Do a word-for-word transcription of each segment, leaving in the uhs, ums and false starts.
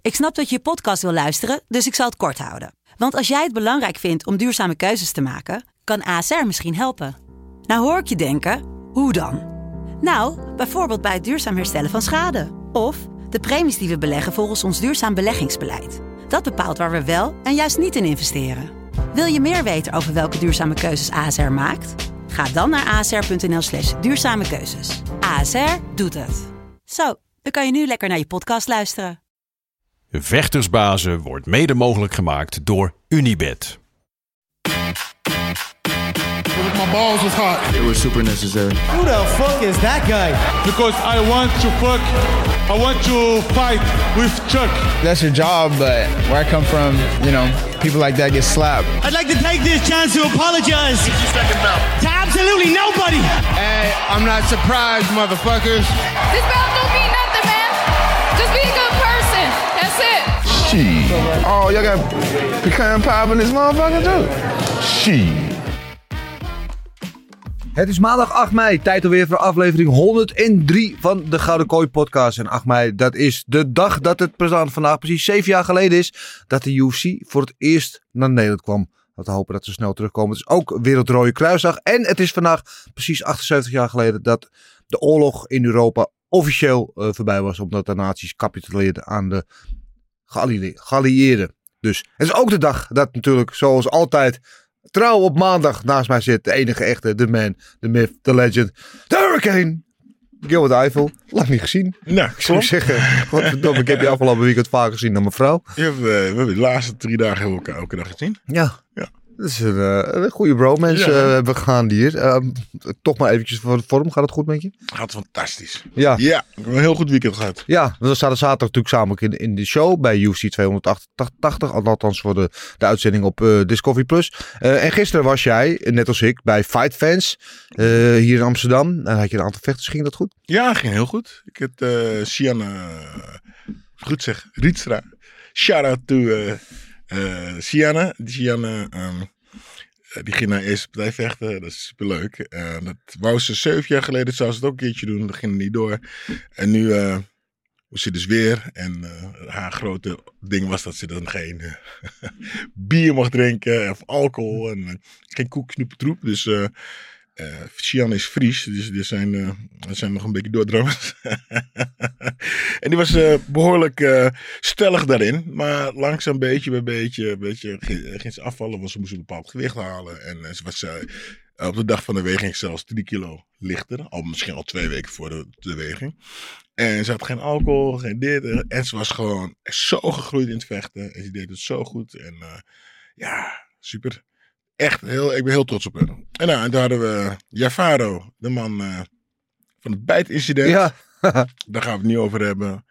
Ik snap dat je je podcast wil luisteren, dus ik zal het kort houden. Want als jij het belangrijk vindt om duurzame keuzes te maken, kan A S R misschien helpen. Nou hoor ik je denken, hoe dan? Nou, bijvoorbeeld bij het duurzaam herstellen van schade. Of de premies die we beleggen volgens ons duurzaam beleggingsbeleid. Dat bepaalt waar we wel en juist niet in investeren. Wil je meer weten over welke duurzame keuzes A S R maakt? Ga dan naar asr.nl slash duurzame keuzes. A S R doet het. Zo, dan kan je nu lekker naar je podcast luisteren. Vechtersbazen wordt mede mogelijk gemaakt door Unibet. My balls was hot. It was super necessary. Who the fuck is that guy? Because I want to fuck, I want to fight with Chuck. That's your job, but where I come from, you know, people like that get slapped. I'd like to take this chance to apologize to absolutely nobody. Hey, I'm not surprised, motherfuckers. This belt don't mean nothing, man. Just be a good person. That's it. Shit. Oh, y'all got pecan pie in this motherfucker too? Shit. Het is maandag acht mei, tijd alweer voor aflevering honderddrie van de Gouden Kooi podcast. En acht mei, dat is de dag dat het vandaag precies zeven jaar geleden is dat de U F C voor het eerst naar Nederland kwam. Laten we hopen dat ze snel terugkomen. Het is ook Wereldrode Kruisdag. En het is vandaag precies achtenzeventig jaar geleden dat de oorlog in Europa officieel uh, voorbij was. Omdat de nazi's capituleerden aan de geallieerden. Dus het is ook de dag dat natuurlijk, zoals altijd, trouw op maandag naast mij zit de enige echte, de man, de myth, de legend, de Hurricane. Gilbert Eiffel. Lang niet gezien. Nou, ik zou zeggen, godverdomme, ik heb je afgelopen weekend vaker gezien dan mijn vrouw. Je hebt, uh, we hebben de laatste drie dagen hebben we elkaar elke dag gezien. Ja. Ja. Dat is een, uh, een goede bromance. Ja. Uh, hebben we gaan hier. Uh, toch maar eventjes voor de vorm. Gaat het goed met je? Gaat fantastisch. Ja. Ja, ik heb een heel goed weekend gehad. Ja, we zaten zaterdag natuurlijk samen in, in de show bij U F C tweehonderdachtentachtig. Althans voor de, de uitzending op uh, Discovery Plus. Uh, en gisteren was jij, net als ik, bij Fight Fans. Uh, hier in Amsterdam. En had je een aantal vechters. Ging dat goed? Ja, ging heel goed. Ik heb uh, Sianne, uh, goed zeg, Rietstra. Shout out to uh, uh, Sianne. Sianne, um, die ging naar eerste partij vechten. Dat is superleuk. Uh, dat wou ze zeven jaar geleden, zou ze het ook een keertje doen. Dat ging er niet door. En nu uh, moest ze dus weer. En uh, haar grote ding was dat ze dan geen uh, bier mocht drinken. Of alcohol. En uh, geen koek, snoep, troep. Dus uh, uh, Sianne is Fries. Dus die zijn, uh, die zijn nog een beetje doordromers. En die was uh, behoorlijk uh, stellig daarin. Maar langzaam beetje bij beetje, beetje ging, ging ze afvallen. Want ze moest een bepaald gewicht halen. En uh, ze was uh, op de dag van de weging zelfs drie kilo lichter. Al misschien al twee weken voor de, de weging. En ze had geen alcohol, geen dit. En ze was gewoon zo gegroeid in het vechten. En ze deed het zo goed. En uh, ja, super. Echt, heel, ik ben heel trots op haar. En nou, en daar hadden we Javaro, de man uh, van het bijtincident. Ja. Daar gaan we het niet over hebben.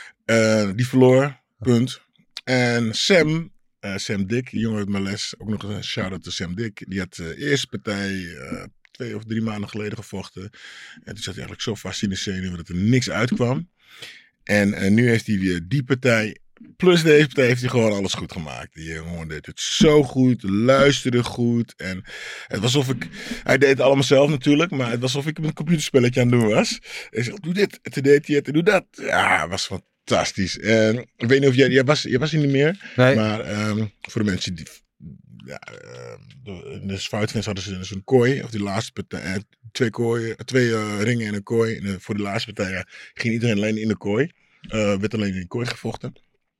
Uh, die verloor, punt. En Sam, uh, Sam Dick, die jongen uit mijn les, ook nog een shout-out to Sam Dick. Die had de eerste partij uh, twee of drie maanden geleden gevochten. En toen zat hij eigenlijk zo vast in de zenuwen dat er niks uitkwam. En uh, nu heeft hij weer die partij, plus deze partij, heeft hij gewoon alles goed gemaakt. Die jongen deed het zo goed, luisterde goed. En het was alsof ik, hij deed het allemaal zelf natuurlijk, maar het was alsof ik een computerspelletje aan het doen was. Hij zei, doe dit, en toen deed hij het, en doe dat. Ja, het was fantastisch. En ik weet niet of jij, jij was, jij was hier niet meer, nee. Maar um, voor de mensen die, ja, uh, de Foutfans hadden ze dus een kooi, of die laatste partij, uh, twee kooien, twee uh, ringen en een kooi. En uh, voor de laatste partij ja, ging iedereen alleen in de kooi, uh, werd alleen in de kooi gevochten.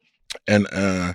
En uh,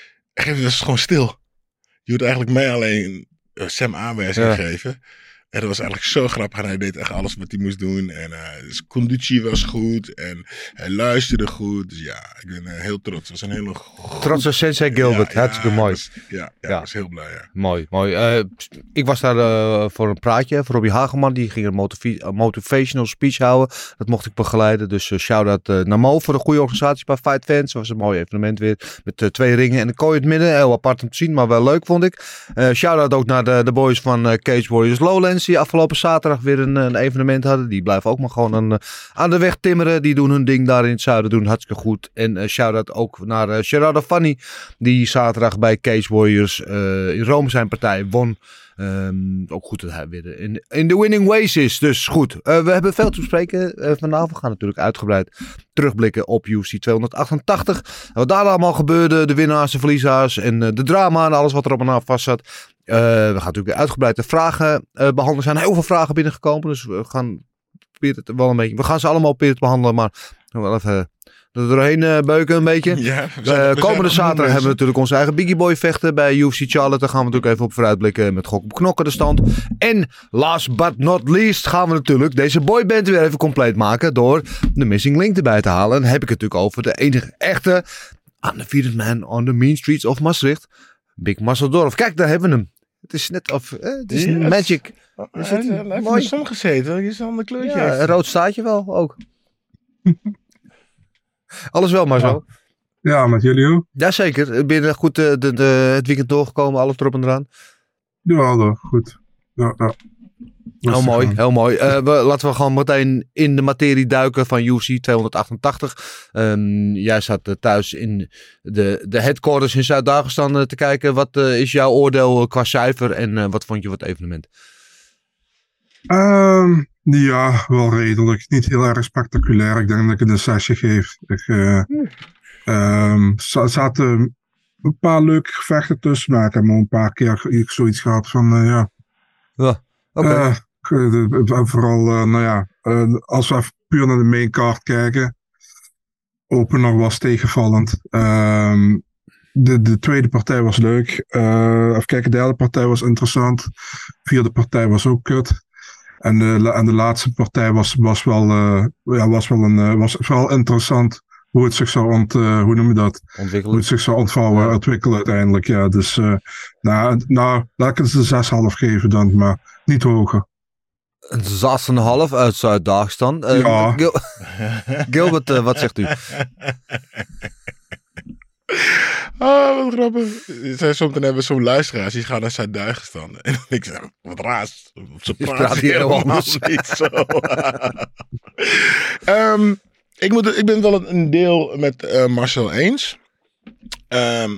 het was gewoon stil. Je moet eigenlijk mij alleen uh, Sam aanwijzing ja. geven. En dat was eigenlijk zo grappig. En hij deed echt alles wat hij moest doen. En uh, zijn conditie was goed. En hij luisterde goed. Dus ja, ik ben uh, heel trots. Het was een hele goed... Trotse Sensei Gilbert. Ja, Hartstikke ja, mooi. Was, ja, ja, ja, ik was heel blij. Ja. Mooi, mooi. Uh, ik was daar uh, voor een praatje. Voor Robbie Hageman. Die ging een motiv- motivational speech houden. Dat mocht ik begeleiden. Dus uh, shout-out uh, naar Mo voor de goede organisatie bij Fight Fans. Het was een mooi evenement weer. Met uh, twee ringen en een kooi in het midden. Heel apart om te zien, maar wel leuk vond ik. Uh, shout-out ook naar de, de boys van uh, Cage Warriors Lowlands. Die afgelopen zaterdag weer een, een evenement hadden. Die blijven ook maar gewoon aan, uh, aan de weg timmeren. Die doen hun ding daar in het zuiden. Doen hartstikke goed. En uh, shout-out ook naar uh, Gerardo Fanny. Die zaterdag bij Cage Warriors uh, in Rome zijn partij won. Um, ook goed dat hij weer in, in de winning ways is. Dus goed, uh, we hebben veel te bespreken uh, vanavond. We gaan natuurlijk uitgebreid terugblikken op U F C tweehonderdachtentachtig. Wat daar allemaal gebeurde, de winnaars, de verliezers en uh, de drama en alles wat er op en af vast zat. Uh, we gaan natuurlijk weer uitgebreid de vragen uh, behandelen. Er zijn heel veel vragen binnengekomen, dus we gaan proberen het wel een beetje. We gaan ze allemaal proberen te behandelen, maar wel even er doorheen uh, beuken een beetje. Ja, we zijn, uh, we komende zijn zaterdag hebben we natuurlijk onze eigen Biggie Boy vechten bij U F C Charlotte. Daar gaan we natuurlijk even op vooruitblikken met gok op knokken de stand. En last but not least gaan we natuurlijk deze boyband weer even compleet maken door de Missing Link erbij te halen. En dan heb ik het natuurlijk over de enige echte undefeated man on the mean streets of Maastricht. Big Marcel Dorff. Kijk, daar hebben we hem. Het is net of eh, het is Ja, magic. Hij Is heeft het hij heeft in mooi? de zon gezeten. Je is een ander kleurtje. Ja, heeft. een rood staartje wel ook. Alles wel, maar zo. Ja, met jullie ook. Jazeker. Ben je goed uh, de, de, het weekend doorgekomen, alles erop en eraan? Ja, dat, goed. Ja, ja. Heel mooi, heel mooi. Uh, we, laten we gewoon meteen in de materie duiken van U F C tweehonderdachtentachtig. Um, jij zat uh, thuis in de, de headquarters in Zuid-Dagestan uh, te kijken. Wat uh, is jouw oordeel qua cijfer en uh, wat vond je van het evenement? Um, ja, wel redelijk. Niet heel erg spectaculair. Ik denk dat ik het een zesje geef. Ik, uh, um, er zaten een paar leuke gevechten tussen. Maar ik heb maar een paar keer zoiets gehad van, uh, ja... Ja. Okay. Uh, vooral, uh, nou ja, uh, als we even puur naar de main card kijken. Opener was tegenvallend. Um, de, de tweede partij was leuk. Uh, even kijken, de derde partij was interessant. Vierde partij was ook kut. En de, en de laatste partij was, was, wel, uh, ja, was, wel een, uh, was wel interessant. Hoe het zich zou ont, uh, hoe noem je dat? Ontwikkelen. Hoe het zich zou ontvouwen, ja. ontwikkelen uiteindelijk. Ja, dus uh, nou, nou, laat ik het een zes komma vijf geven dan, maar niet hoger. Een zes komma vijf uit Zuid-Dagestan. Uh, ja. Gil- Gilbert, uh, wat zegt u? Oh, wat grappig. Zij soms dan hebben we zo'n luisteraars die gaan naar Zuid-Dagestan. En ik zeg, wat raar. Ze praten hier helemaal niet zo. um, ik, moet, ik ben wel een deel met uh, Marcel eens. Um,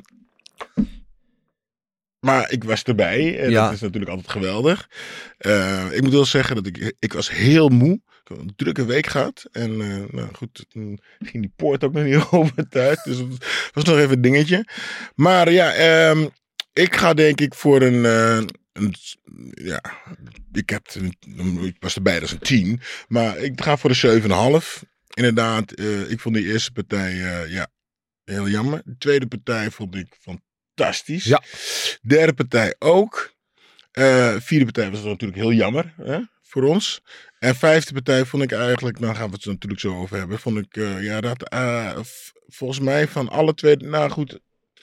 maar ik was erbij. En ja. dat is natuurlijk altijd geweldig. Uh, ik moet wel zeggen dat ik, ik was heel moe. Ik heb een drukke week gehad. En uh, nou goed, toen ging die poort ook nog niet over tijd. Dus het was nog even een dingetje. Maar ja, um, ik ga denk ik voor een... Uh, een ja, ik, heb, ik was erbij, dat is een tien. Maar ik ga voor een zeven komma vijf. Inderdaad, uh, ik vond die eerste partij uh, ja, heel jammer. De tweede partij vond ik fantastisch. Ja. Derde partij ook. Uh, vierde partij was natuurlijk heel jammer hè, voor ons. En vijfde partij vond ik eigenlijk, nou gaan we het er natuurlijk zo over hebben, vond ik, uh, ja, dat uh, v- volgens mij van alle twee, nou goed,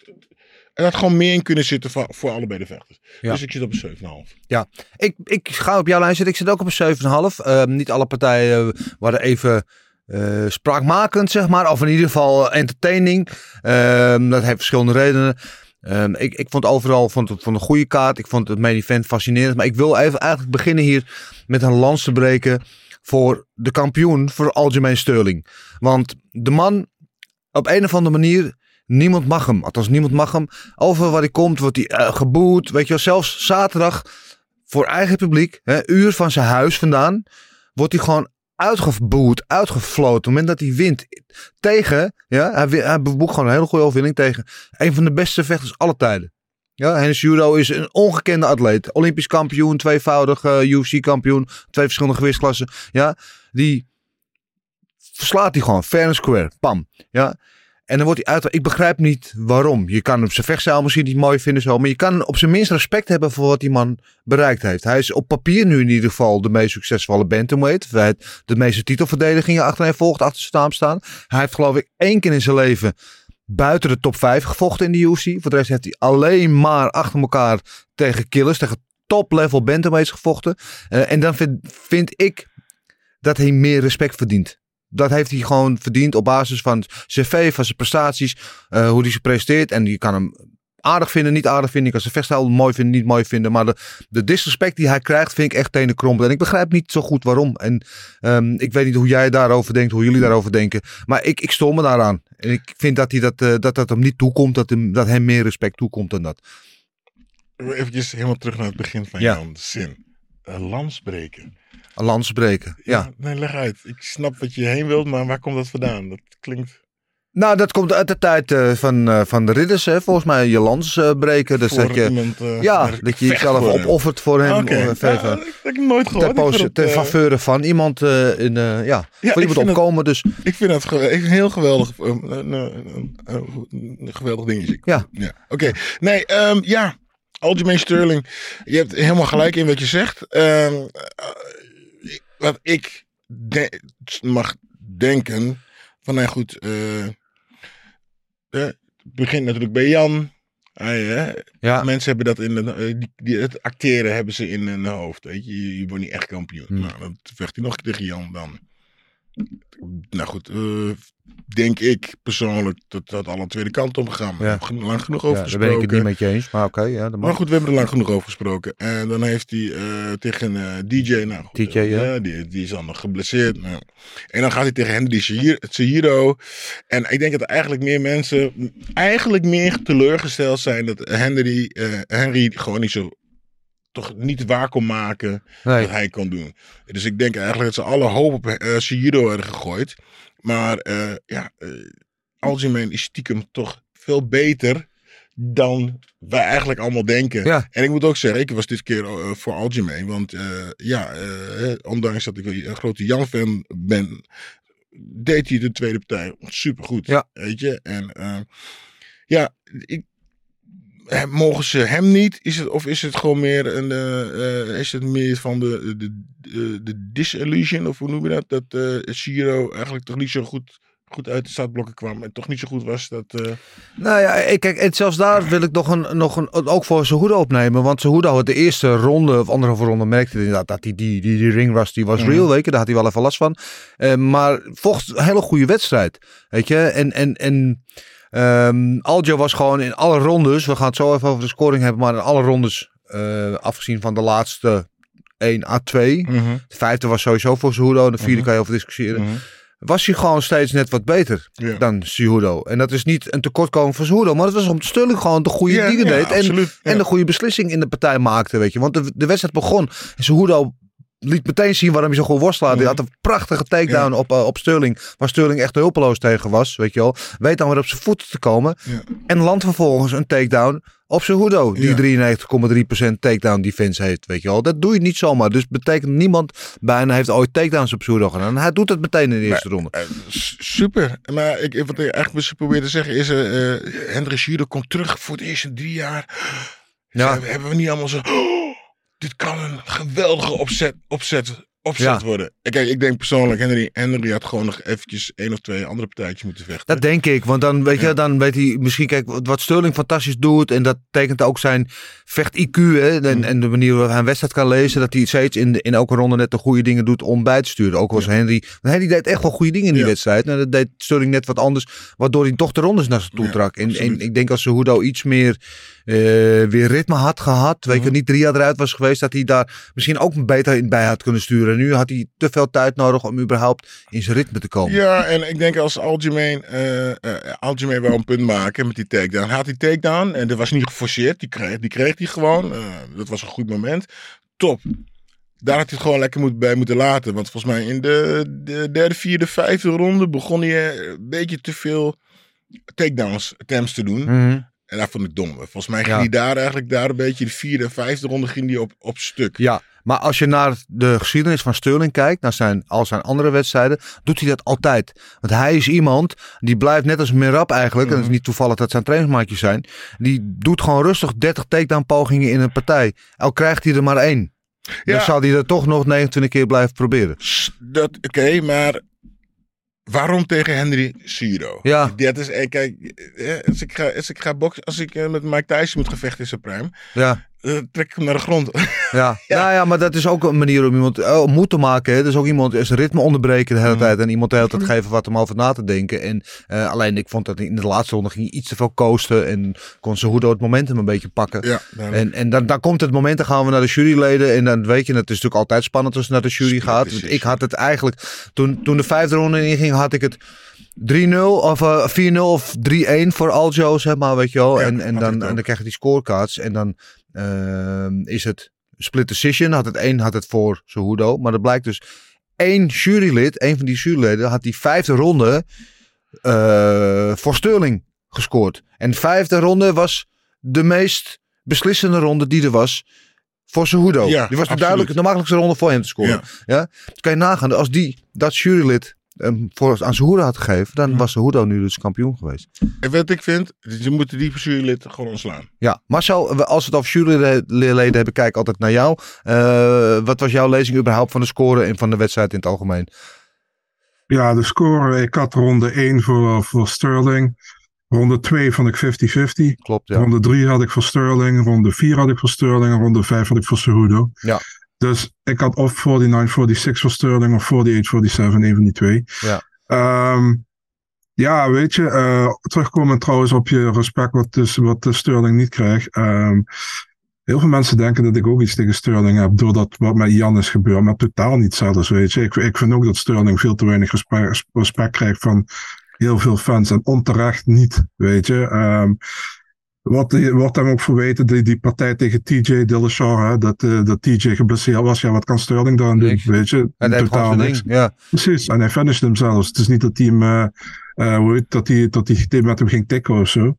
er had gewoon meer in kunnen zitten voor, voor allebei de vechters. Ja. Dus ik zit op een zeven komma vijf. Ja, ik, ik ga op jouw lijn zitten. Ik zit ook op een zeven komma vijf. Uh, niet alle partijen waren even uh, spraakmakend, zeg maar. Of in ieder geval entertaining. Uh, dat heeft verschillende redenen. Um, ik, ik vond overal vond het, vond een goede kaart. Ik vond het main event fascinerend. Maar ik wil even eigenlijk beginnen hier met een lans te breken voor de kampioen, voor Aljamain Sterling. Want de man, op een of andere manier, niemand mag hem. Althans, niemand mag hem. Over waar hij komt, wordt hij uh, geboet. Weet je wel, zelfs zaterdag voor eigen publiek, hè, uur van zijn huis vandaan, wordt hij gewoon uitgeboet, uitgefloten. Op het moment dat hij wint tegen, ja, hij, hij boekt gewoon een hele goede overwinning tegen een van de beste vechters aller tijden. Ja, Hennis Cejudo is een ongekende atleet. Olympisch kampioen, tweevoudig uh, U F C kampioen, twee verschillende gewichtsklassen. Ja, die verslaat hij gewoon, fair and square, pam. Ja. En dan wordt hij uit. Ik begrijp niet waarom. Je kan op zijn vechtstijl misschien niet mooi vinden zo. Maar je kan op zijn minst respect hebben voor wat die man bereikt heeft. Hij is op papier nu in ieder geval de meest succesvolle bantamweight. Hij heeft de meeste titelverdedigingen achterin volgt, achter zijn naam staan. Hij heeft geloof ik één keer in zijn leven buiten de top vijf gevochten in de U F C. Voor de rest heeft hij alleen maar achter elkaar tegen killers, tegen top level bantamweights gevochten. Uh, en dan vind, vind ik dat hij meer respect verdient. Dat heeft hij gewoon verdiend op basis van zijn cv, van zijn prestaties, uh, hoe hij zich presteert. En je kan hem aardig vinden, niet aardig vinden. Je kan zijn vechtstijl mooi vinden, niet mooi vinden. Maar de, de disrespect die hij krijgt, vind ik echt tenenkrommend. En ik begrijp niet zo goed waarom. En um, ik weet niet hoe jij daarover denkt, hoe jullie daarover denken. Maar ik, ik stoor me daaraan. En ik vind dat hij dat, uh, dat, dat hem niet toekomt, dat hem, dat hem meer respect toekomt dan dat. Even helemaal terug naar het begin van Ja. jouw zin. Een lans breken. Een lans breken, ja. ja. Nee, leg uit. Ik snap wat je heen wilt, maar waar komt dat vandaan? Dat klinkt... Nou, dat komt uit de tijd uh, van, uh, van de ridders, hè. Volgens mij je lans uh, breken. Dus voor dat je, iemand, uh, ja, dat je jezelf voor opoffert voor hem. Oké, Okay. ja, dat heb ik nooit gehoord. Ter, pose, het, ter uh, faveur van iemand, uh, in, uh, ja, ja, voor iemand opkomen. Dus. Ik vind het ge- een heel geweldig, uh, een, een, een, een geweldig dingetje. Ja. ja. Oké, okay. nee, um, ja, Aljamain Sterling, je hebt helemaal gelijk in wat je zegt. Um, uh, wat ik de- mag denken, van nou goed... Uh, Uh, het begint natuurlijk bij Jan. Uh, uh, ja. Mensen hebben dat in de, uh, die, die, het acteren hebben ze in hun hoofd. Weet je? je, je wordt niet echt kampioen. Hmm. Nou, dan vecht hij nog tegen Jan dan. Nou goed, uh, denk ik persoonlijk dat dat alle tweede kant op gaan. We ja. hebben er lang genoeg over ja, gesproken. Daar ben ik het niet met je eens, maar oké. Okay, ja, maar goed, we hebben er lang genoeg over gesproken. En dan heeft hij uh, tegen uh, D J, nou goed, D J, ja. ja die, die is dan nog geblesseerd. Nou. En dan gaat hij tegen Henry Cejudo. En ik denk dat er eigenlijk meer mensen eigenlijk meer teleurgesteld zijn dat Henry, uh, Henry gewoon niet zo... toch niet waar kon maken nee. wat hij kon doen. Dus ik denk eigenlijk dat ze alle hoop op uh, Cejudo hebben gegooid. Maar uh, ja, uh, Aljamain is stiekem toch veel beter dan wij eigenlijk allemaal denken. Ja. En ik moet ook zeggen, ik was dit keer uh, voor Aljamain. Want uh, ja, uh, ondanks dat ik een grote Jan-fan ben, deed hij de tweede partij supergoed. Ja. Weet je? En uh, ja, ik mogen ze hem niet? Is het, of is het gewoon meer een, uh, uh, is het meer van de, de, de, de disillusion, of hoe noem je dat? Dat uh, Cejudo eigenlijk toch niet zo goed, goed uit de startblokken kwam en toch niet zo goed was. Dat, uh... Nou ja, ik, kijk, en zelfs daar wil ik nog een, nog een ook voor Cejudo opnemen, want Cejudo had de eerste ronde of anderhalve ronde merkte inderdaad dat die, die, die, die ring rust die was mm. real, weet je, daar had hij wel even last van. Uh, maar volgens een hele goede wedstrijd, weet je, en en en Um, Aljo was gewoon in alle rondes, we gaan het zo even over de scoring hebben, maar in alle rondes, uh, afgezien van de laatste één à twee, mm-hmm. de vijfde was sowieso voor Cejudo, de vierde mm-hmm. kan je over discussiëren, mm-hmm. was hij gewoon steeds net wat beter yeah. dan Cejudo. En dat is niet een tekortkoming van Cejudo, maar het was omdat Sterling gewoon de goede yeah, dingen yeah, deed en, absoluut, en ja. de goede beslissing in de partij maakte, weet je. Want de, de wedstrijd begon en Cejudo liet meteen zien waarom hij zo goed worstelde. Hij had een prachtige takedown ja. op, uh, op Sterling. Waar Sterling echt hulpeloos tegen was. Weet je wel. Weet dan weer op zijn voeten te komen. Ja. En landt vervolgens een takedown op Cejudo. Die ja. drieënnegentig komma drie procent takedown defense heeft. Weet je wel. Dat doe je niet zomaar. Dus betekent niemand bijna heeft ooit takedowns op Cejudo gedaan. En hij doet het meteen in de eerste maar, ronde. Uh, super. Maar ik, wat ik eigenlijk probeer te zeggen is... Uh, uh, Henry Cejudo komt terug voor het eerst in drie jaar. Ja. Hebben, hebben we niet allemaal zo... Oh, dit kan een geweldige opzet, opzet, opzet ja. worden. Kijk, ik denk persoonlijk, Henry, Henry had gewoon nog eventjes één of twee andere partijtjes moeten vechten. Dat denk ik, want dan weet je, ja. dan weet hij misschien, kijk, wat Sterling fantastisch doet. En dat tekent ook zijn vecht-I Q. Hè, en, mm. en de manier waarop hij een wedstrijd kan lezen. Dat hij steeds in, in elke ronde net de goede dingen doet om bij te sturen. Ook was ja. Henry. Want Henry deed echt wel goede dingen in die ja. wedstrijd. En dat deed Sterling net wat anders. Waardoor hij toch de rondes naar zich toe ja, trok. En, en ik denk als Cejudo iets meer uh, weer ritme had gehad. Weet je, mm. niet drie jaar eruit was geweest. Dat hij daar misschien ook beter in bij had kunnen sturen. En nu had hij te veel tijd nodig om überhaupt in zijn ritme te komen. Ja, en ik denk als Aljamain uh, uh, Aljamain wel een punt maken met die takedown. Hij had die takedown en dat was niet geforceerd. Die kreeg, die kreeg hij gewoon. Uh, dat was een goed moment. Top. Daar had hij het gewoon lekker moet, bij moeten laten. Want volgens mij in de, de derde, vierde, vijfde ronde begon hij een beetje te veel takedowns attempts te doen. Mm-hmm. En dat vond ik dom. Volgens mij ging ja. hij daar eigenlijk daar een beetje de vierde en vijfde ronde ging hij op, op stuk. Ja, maar als je naar de geschiedenis van Sterling kijkt, naar zijn, al zijn andere wedstrijden, doet hij dat altijd. Want hij is iemand, die blijft net als Merab eigenlijk, mm-hmm. en het is niet toevallig dat zijn trainingsmaatjes zijn, die doet gewoon rustig dertig takedown pogingen in een partij. Al krijgt hij er maar één. Ja. Dan zal hij er toch nog negenentwintig keer blijven proberen. Oké, okay, maar waarom tegen Henry Cejudo? Ja. Dat is, kijk, als ik ga, als ik ga boksen, als ik met Mike Tyson moet gevechten in zijn prime, ja. Uh, trek ik hem naar de grond. Ja. ja. Nou ja, maar dat is ook een manier om iemand uh, moed te maken. Hè. Dus ook iemand zijn ritme onderbreken de hele mm. tijd. En iemand de hele tijd geven wat hem over na te denken. En uh, alleen ik vond dat in de laatste ronde ging iets te veel coasten. En kon Cejudo het momentum een beetje pakken. Ja, en en dan, dan komt het moment, dan gaan we naar de juryleden. En dan weet je, het is natuurlijk altijd spannend als je naar de jury gaat. Want ik had het eigenlijk, toen, toen de vijfde ronde inging, had ik het drie nul of uh, vier nul of drie één voor Aljo, zeg maar, weet je wel. Ja, en, en, dan, en dan krijg je die scorecards. En dan uh, is het split decision. Had het één had het voor Cejudo. Maar dat blijkt dus één jurylid, één van die juryleden, had die vijfde ronde uh, voor Sterling gescoord. En de vijfde ronde was de meest beslissende ronde die er was voor Cejudo. Ja, die was de duidelijk de makkelijkste ronde voor hem te scoren. Ja. Ja? Dus kan je nagaan, als die dat jurylid um, voor, aan Cejudo had gegeven, dan was Cejudo nu dus kampioen geweest. En wat ik vind, ze moeten die jurylid gewoon ontslaan. Ja, Marcel, als we het over juryleden hebben, kijk altijd naar jou. Uh, wat was jouw lezing überhaupt van de score en van de wedstrijd in het algemeen? Ja, de score, ik had ronde één voor, voor Sterling. Ronde twee vond ik vijftig vijftig. Klopt, ja. Ronde drie had ik voor Sterling. Ronde vier had ik voor Sterling. En ronde vijf had ik voor Cejudo. Ja. Dus ik had of negenenveertig vierenzestig voor Sterling of achtenzestig zevenenveertig, een van die twee. Ja, um, ja weet je, uh, terugkomen trouwens op je respect wat, dus, wat uh, Sterling niet krijgt. Um, heel veel mensen denken dat ik ook iets tegen Sterling heb doordat wat met Jan is gebeurd. Maar totaal niet zelfs, weet je. Ik, ik vind ook dat Sterling veel te weinig respect, respect krijgt van heel veel fans en onterecht niet, weet je. Um, wat wordt hem ook verweten, die, die partij tegen T J Dillashaw, hè, dat, uh, dat T J geblesseerd was. Ja, wat kan Sterling dan doen, weet je? En totaal niks. Ding, ja. Precies, en hij finished hem zelfs. Het is niet dat hij hem, uh, uh, hoe heet, dat hij, dat hij met hem ging tikken of zo.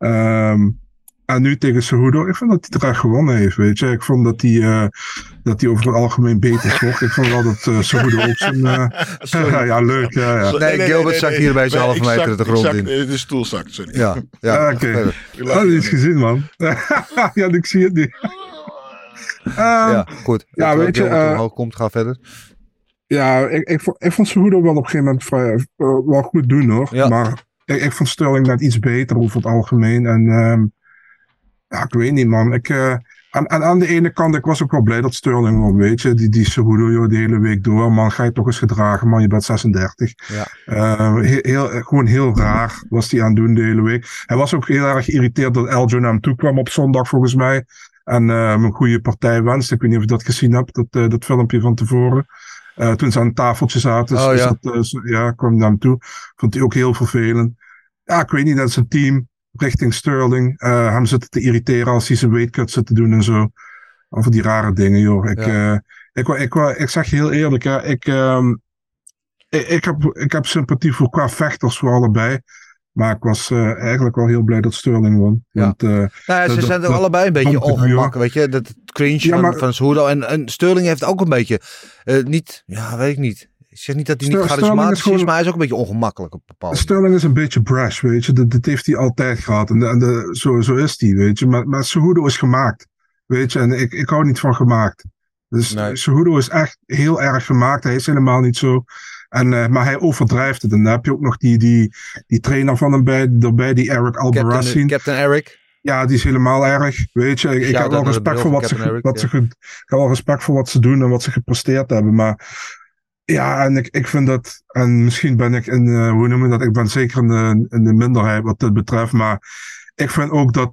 Um, En nu tegen Cejudo, ik vond dat hij terecht gewonnen heeft, weet je. Ik vond dat hij, uh, dat hij over het algemeen beter vocht. Ik vond wel dat uh, Cejudo ook zijn... Uh, ja, ja, leuk. Ja, ja. Nee, nee, nee, Gilbert nee, nee, zakt hier bij zijn halve meter de grond zak, in. De stoel zakt, sorry. Ja, ja. Uh, Oké. Okay. Ik had het niet gezien, man. Ja, ik zie het niet. um, ja, goed. Ja, weet je... Uh, omhoog komt, ga verder. Ja, ik, ik, ik vond Cejudo wel op een gegeven moment vrij, uh, wel goed doen, hoor. Ja. Maar ik, ik vond Sterling net iets beter over het algemeen. En... Um, Ja, ik weet niet, man. Ik, uh, aan, aan, aan de ene kant, ik was ook wel blij dat Sterling won, weet je. Die, die Cejudo, joh, de hele week door. Man, ga je toch eens gedragen, man. Je bent zesendertig. Ja. Uh, heel, heel, gewoon heel raar was hij aan het doen de hele week. Hij was ook heel erg geïrriteerd dat Elgin naar hem toe kwam op zondag, volgens mij. En uh, een goede partij wenst. Ik weet niet of je dat gezien hebt, dat, uh, dat filmpje van tevoren. Uh, toen ze aan een tafeltje zaten, oh, dus ja. dat, uh, ja, kwam naar hem toe. Vond hij ook heel vervelend. Ja, ik weet niet, dat is een team richting Sterling. Uh, hem zitten te irriteren als hij zijn weightcut zit te doen en zo. Over die rare dingen, joh. Ik, ja. uh, ik, ik, ik, ik zeg je heel eerlijk, hè. Ik, um, ik, ik, heb, ik heb sympathie voor qua vechters voor allebei. Maar ik was uh, eigenlijk wel heel blij dat Sterling won. Ja. Want, uh, nou ja, ze dat, zijn dat, er allebei een beetje ongemakkelijk, weet je. Dat cringe ja, maar, van, van Cejudo. En, en Sterling heeft ook een beetje, uh, niet, ja, weet ik niet. Ik zeg niet dat hij niet charismatisch is, is, maar hij is ook een beetje ongemakkelijk op bepaalde. Sterling is een beetje brash, weet je. Dat, dat heeft hij altijd gehad. En, de, en de, zo, zo is hij, weet je. Maar, maar Cejudo is gemaakt, weet je. En ik, ik hou niet van gemaakt. Dus nee. Cejudo is echt heel erg gemaakt. Hij is helemaal niet zo. En, uh, maar hij overdrijft het. En dan heb je ook nog die, die, die trainer van hem bij, erbij, die Eric Albarracin. Captain, Captain Eric. Ja, die is helemaal erg, weet je. Ik, ik heb wel respect voor wat ze, Eric, wat ja. ze, ik heb wel respect voor wat ze doen en wat ze gepresteerd hebben. Maar ja, en ik, ik vind dat, en misschien ben ik in, uh, hoe noemen we dat, ik ben zeker in de, in de minderheid wat dit betreft, maar ik vind ook dat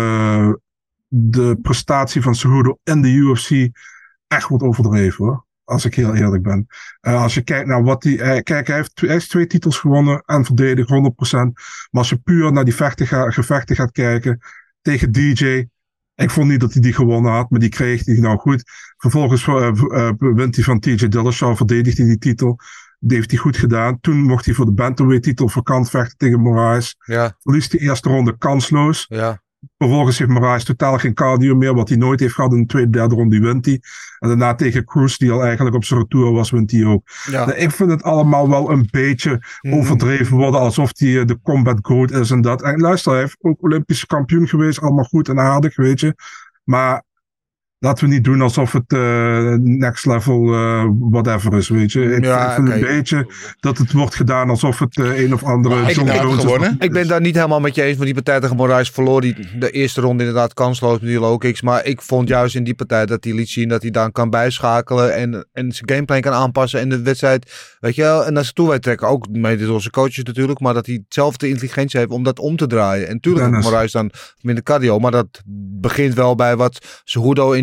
de, de prestatie van Cejudo in de U F C echt wordt overdreven, hoor. Als ik heel eerlijk ben. Uh, als je kijkt naar wat hij... Uh, kijk, hij heeft, hij heeft twee titels gewonnen en verdedigd, honderd procent. Maar als je puur naar die vechten ga, gevechten gaat kijken tegen D J... Ik vond niet dat hij die gewonnen had, maar die kreeg hij nou goed. Vervolgens uh, uh, wint hij van T J Dillashaw, verdedigt hij die titel. Die heeft hij goed gedaan. Toen mocht hij voor de bantamweight titel vakant vechten tegen Moraes. Ja. Verliest die eerste ronde kansloos. Ja. Vervolgens heeft Moraes totaal geen cardio meer, wat hij nooit heeft gehad in de tweede, derde ronde, die wint hij. En daarna tegen Cruz, die al eigenlijk op zijn retour was, wint hij ook. Ja. Nou, ik vind het allemaal wel een beetje mm. overdreven worden, alsof hij de combat goat is en dat. En luister, hij heeft ook Olympisch kampioen geweest, allemaal goed en aardig, weet je. Maar laten we niet doen alsof het uh, next level uh, whatever is, weet je. Ik, ja, ik vind okay. een beetje dat het wordt gedaan alsof het uh, een of andere maar John Jones is. Ik ben daar niet helemaal met je eens, want die partij tegen Moraes verloor die de eerste ronde inderdaad kansloos met die low kicks. Maar ik vond juist in die partij dat hij liet zien dat hij dan kan bijschakelen en, en zijn gameplan kan aanpassen en de wedstrijd, weet je wel, en naar zijn toe weet trekken. Ook mede door zijn coaches natuurlijk, maar dat hij zelf de intelligentie heeft om dat om te draaien. En tuurlijk heeft Moraes dan minder cardio, maar dat begint wel bij wat Cejudo in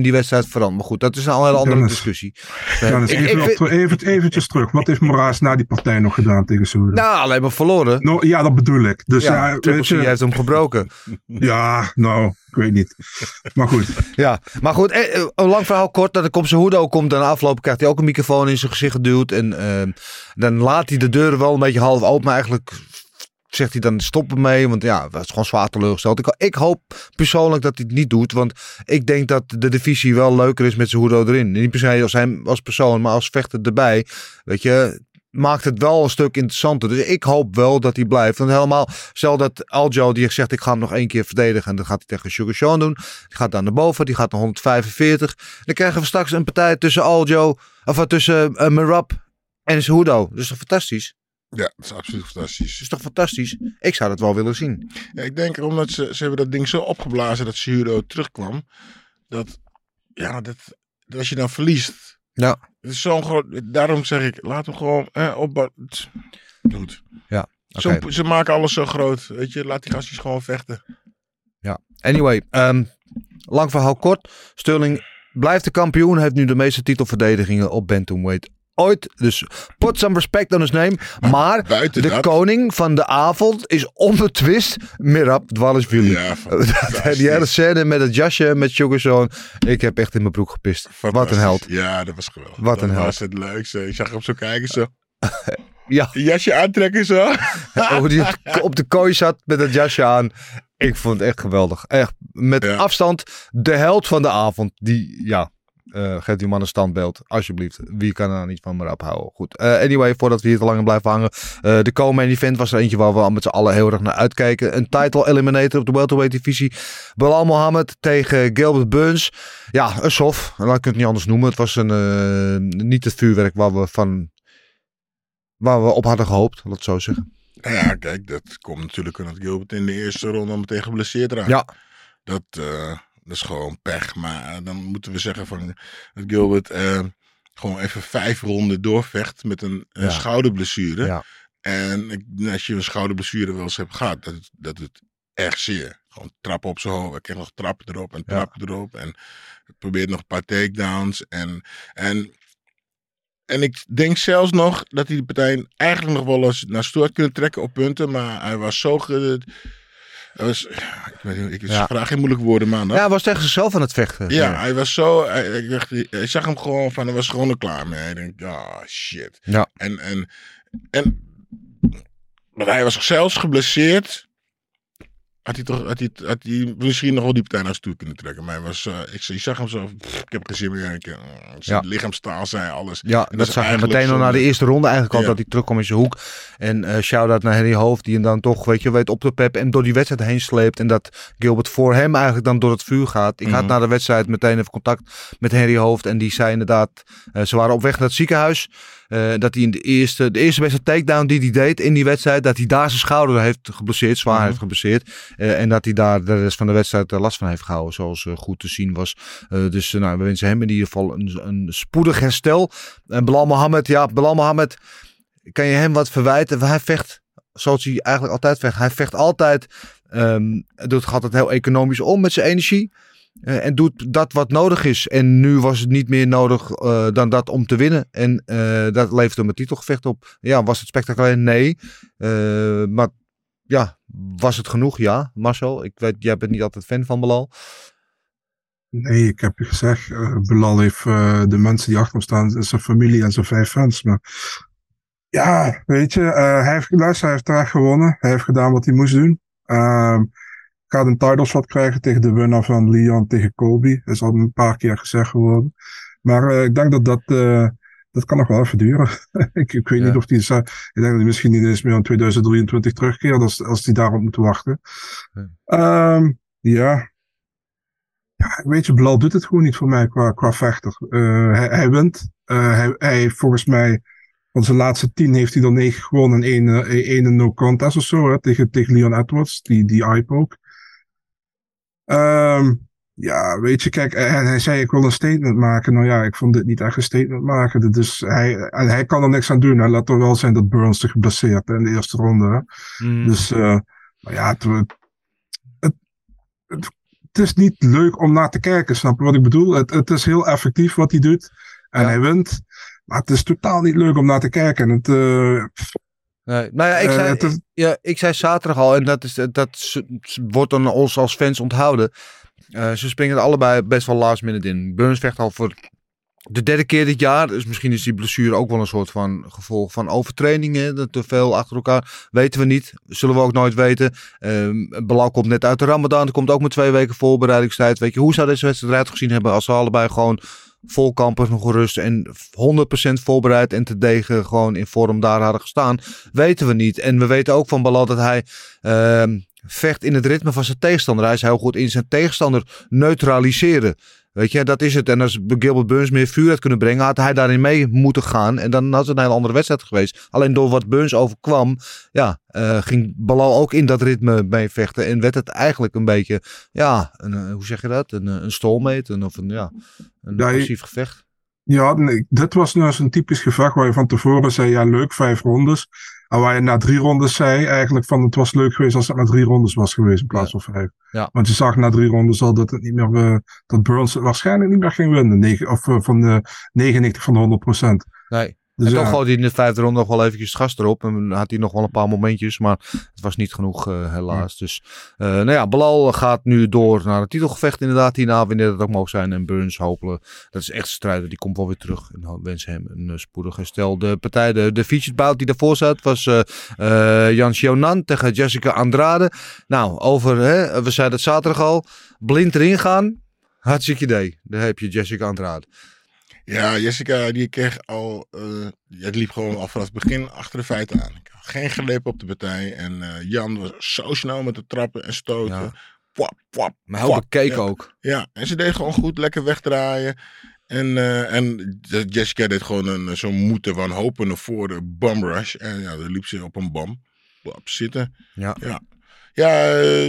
die wedstrijd veranderd. Maar goed, dat is een hele andere Dennis, discussie. Dennis, ik, even, ik, op, even eventjes terug. Wat heeft Moraes na die partij nog gedaan tegen Cejudo? Nou, alleen maar verloren. No, ja, dat bedoel ik. Dus ja, ja, Triple C je, heeft hem gebroken. Ja, nou, ik weet niet. Maar goed. Ja, maar goed, eh, een lang verhaal kort. Dan komt Cejudo, komt dan aflopen, krijgt hij ook een microfoon in zijn gezicht geduwd. En uh, dan laat hij de deuren wel een beetje half open. Maar eigenlijk zegt hij dan stop ermee. Want ja, het is gewoon zwaar teleurgesteld. Ik, ik hoop persoonlijk dat hij het niet doet. Want ik denk dat de divisie wel leuker is met Cejudo erin. Niet per se als hem als persoon, maar als vechter erbij. Weet je, maakt het wel een stuk interessanter. Dus ik hoop wel dat hij blijft. Want helemaal, stel dat Aljo die zegt ik ga hem nog één keer verdedigen. En dat gaat hij tegen Sugar Sean doen. Die gaat daar naar boven. Die gaat naar honderdvijfenveertig. Dan krijgen we straks een partij tussen Aljo. Of tussen uh, Merab en Cejudo. Dat is toch fantastisch? Ja, dat is absoluut fantastisch. Dat is toch fantastisch? Ik zou dat wel willen zien. Ja, ik denk omdat ze, ze hebben dat ding zo opgeblazen dat Cejudo terugkwam. Dat, ja, dat, dat als je dan verliest. Ja. Het is zo'n groot, daarom zeg ik, laat hem gewoon eh, op. Goed. Ja. Okay. Zo, ze maken alles zo groot. Weet je, laat die gastjes gewoon vechten. Ja. Anyway, um, lang verhaal kort. Sterling blijft de kampioen. Heeft nu de meeste titelverdedigingen op bantamweight ooit. Dus put some respect on his name. Maar buiten de dat, koning van de avond is onbetwist Merab Dvalishvili. Ja, die hele scène met het jasje met Sugar Sean. Ik heb echt in mijn broek gepist. Wat een held. Ja, dat was geweldig. Wat een dat held. was het leukste. Ik zag hem zo kijken zo. Ja. Een jasje aantrekken zo. Hoe die op de kooi zat met het jasje aan. Ik vond het echt geweldig. Echt met ja. afstand de held van de avond. Die, ja... Uh, geef die man een standbeeld, alsjeblieft. Wie kan er nou niet van me ophouden? Goed. Uh, anyway, voordat we hier te lang blijven hangen. Uh, de co-main event was er eentje waar we met z'n allen heel erg naar uitkijken. Een title eliminator op de welterweight divisie. Belal Mohammed tegen Gilbert Burns. Ja, een sof. Laat ik het niet anders noemen. Het was een, uh, niet het vuurwerk waar we, van, waar we op hadden gehoopt. Laat het zo zeggen. Nou ja, kijk, dat komt natuurlijk omdat Gilbert in de eerste ronde meteen geblesseerd raakt. Ja. Dat... Uh... Dat is gewoon pech. Maar uh, dan moeten we zeggen van dat Gilbert uh, gewoon even vijf ronden doorvecht met een, een ja. schouderblessure. Ja. En als je een schouderblessure wel eens hebt gehad, dat, dat doet echt zeer. Gewoon trappen op zijn hoofd. Hij kreeg nog trappen erop en trappen ja. erop. En probeert nog een paar takedowns. En, en, en ik denk zelfs nog dat hij de partij eigenlijk nog wel eens naar stoel had kunnen trekken op punten. Maar hij was zo... Ge, Was, ik weet niet, ik ja. vraag geen moeilijke woorden maandag. Ja, hij was tegen zichzelf aan het vechten. Ja, ja. hij was zo... Hij, ik, dacht, ik zag hem gewoon van... Hij was gewoon er klaar mee. Hij denkt, oh shit. Ja. En, en, en... Maar hij was zelfs geblesseerd. Had hij, toch, had, hij, had hij misschien nog wel die partij naar zich toe kunnen trekken. Maar hij was... Uh, ik, ik zag hem zo... Pff, ik heb geen zin meer. Ik, uh, zijn ja. lichaamstaal zei alles. Ja, en dat, dat zag je meteen al na de eerste ronde eigenlijk al. Ja. Dat hij terugkomt in zijn hoek. En uh, shout-out naar Henry Hoofd. Die hem dan toch, weet je, weet op de pep. En door die wedstrijd heen sleept. En dat Gilbert voor hem eigenlijk dan door het vuur gaat. Ik mm-hmm. had na de wedstrijd meteen even contact met Henry Hoofd. En die zei inderdaad... Uh, ze waren op weg naar het ziekenhuis. Uh, dat hij in de eerste, de eerste beste takedown die hij deed in die wedstrijd, dat hij daar zijn schouder heeft geblesseerd, zwaar mm-hmm. heeft geblesseerd. Uh, en dat hij daar de rest van de wedstrijd uh, last van heeft gehouden, zoals uh, goed te zien was. Uh, dus uh, nou, we wensen hem in ieder geval een, een spoedig herstel. En Belal Mohammed, ja, Belal Mohammed, kan je hem wat verwijten? Hij vecht zoals hij eigenlijk altijd vecht. Hij vecht altijd, um, doet, gaat het heel economisch om met zijn energie. Uh, en doet dat wat nodig is. En nu was het niet meer nodig uh, dan dat om te winnen. En uh, dat levert hem een titelgevecht op. Ja, was het spectaculair? Nee. Uh, maar ja, was het genoeg? Ja, Marcel. Ik weet, jij bent niet altijd fan van Belal. Nee, ik heb je gezegd. Uh, Belal heeft uh, de mensen die achter hem staan, zijn familie en zijn vijf fans. Maar ja, weet je, uh, hij heeft, luister, hij heeft terecht gewonnen. Hij heeft gedaan wat hij moest doen. Uh, Gaat een title shot krijgen tegen de winnaar van Leon tegen Colby. Dat is al een paar keer gezegd geworden. Maar uh, ik denk dat dat, uh, dat kan nog wel even duren. ik, ik weet ja. niet of die... Ik denk dat hij misschien niet eens meer in tweeduizend drieëntwintig terugkeert als, als die daarop moet wachten. Ja. Um, ja. ja. Weet je, Belal doet het gewoon niet voor mij qua, qua vechter. Uh, hij, hij wint. Uh, hij, hij volgens mij... Van zijn laatste tien heeft hij er negen gewonnen en één, uh, één no contest of zo. Hè, tegen, tegen Leon Edwards, die, die eye-poke. Um, ja, weet je, kijk, hij, hij zei ik wil een statement maken. Nou ja, ik vond dit niet echt een statement maken. Dus hij, hij kan er niks aan doen. Hè. Laat er wel zijn dat Burns zich geblesseerd in de eerste ronde. Hè. Mm. Dus, uh, nou ja, het, het, het, het is niet leuk om naar te kijken, snap je wat ik bedoel? Het, het is heel effectief wat hij doet. En ja. hij wint. Maar het is totaal niet leuk om naar te kijken. Het, uh, nee. Nou ja ik, zei, uh, is... ja, ik zei zaterdag al, en dat, is, dat wordt dan ons als fans onthouden. Uh, ze springen er allebei best wel last minute in. Burns vecht al voor de derde keer dit jaar. Dus misschien is die blessure ook wel een soort van gevolg van overtrainingen. Te veel achter elkaar. Weten we niet. Zullen we ook nooit weten. Um, Belal komt net uit de Ramadan. Er komt ook maar twee weken voorbereidingstijd. Weet je, hoe zou deze wedstrijd eruit gezien hebben als ze allebei gewoon vol kampers nog gerust en honderd procent voorbereid en te degen gewoon in vorm daar hadden gestaan? Weten we niet. En we weten ook van Belal dat hij uh, vecht in het ritme van zijn tegenstander. Hij is heel goed in zijn tegenstander neutraliseren. Weet je, dat is het. En als Gilbert Burns meer vuur had kunnen brengen, had hij daarin mee moeten gaan. En dan had het een hele andere wedstrijd geweest. Alleen door wat Burns overkwam, ja, uh, ging Belal ook in dat ritme mee vechten. En werd het eigenlijk een beetje, ja, een, hoe zeg je dat? Een, een stolmate, een, of een, ja, een ja, passief gevecht. Ja, nee, dit was nou zo'n typisch gevecht waar je van tevoren zei, ja leuk, vijf rondes. En waar je na drie rondes zei eigenlijk van het was leuk geweest als het maar drie rondes was geweest in plaats van ja. vijf. Ja. Want je zag na drie rondes al dat het niet meer, uh, dat Burns het waarschijnlijk niet meer ging winnen. Negen, of uh, van de negenennegentig van de honderd procent. Nee. Dus en toch ja. gooide hij in de vijfde ronde nog wel eventjes het gas erop. En had hij nog wel een paar momentjes. Maar het was niet genoeg uh, helaas. Ja. Dus uh, nou ja, Belal gaat nu door naar het titelgevecht inderdaad. Hierna wanneer dat ook mogen zijn. En Burns hopelijk. Dat is echt een strijder. Die komt wel weer terug. En wensen hem een uh, spoedig herstel. De partij, de, de featured bout die daarvoor zat. Was uh, uh, Yan Xiaonan tegen Jessica Andrade. Nou, over, hè, we zeiden het zaterdag al. Blind erin gaan. Hartstikke idee. Daar heb je Jessica Andrade. Ja, Jessica die kreeg al, uh, het liep gewoon al vanaf het begin achter de feiten aan. Geen greep op de partij en uh, Jan was zo snel met de trappen en stoten. Ja. Pwap, pwap, maar heel bekeken ja. ook. Ja, en ze deed gewoon goed, lekker wegdraaien. En, uh, en Jessica deed gewoon een, zo'n moeten wanhopende voor de bum rush. En ja, dan liep ze op een bam. Pwap, zitten. Ja. Ja, ja uh,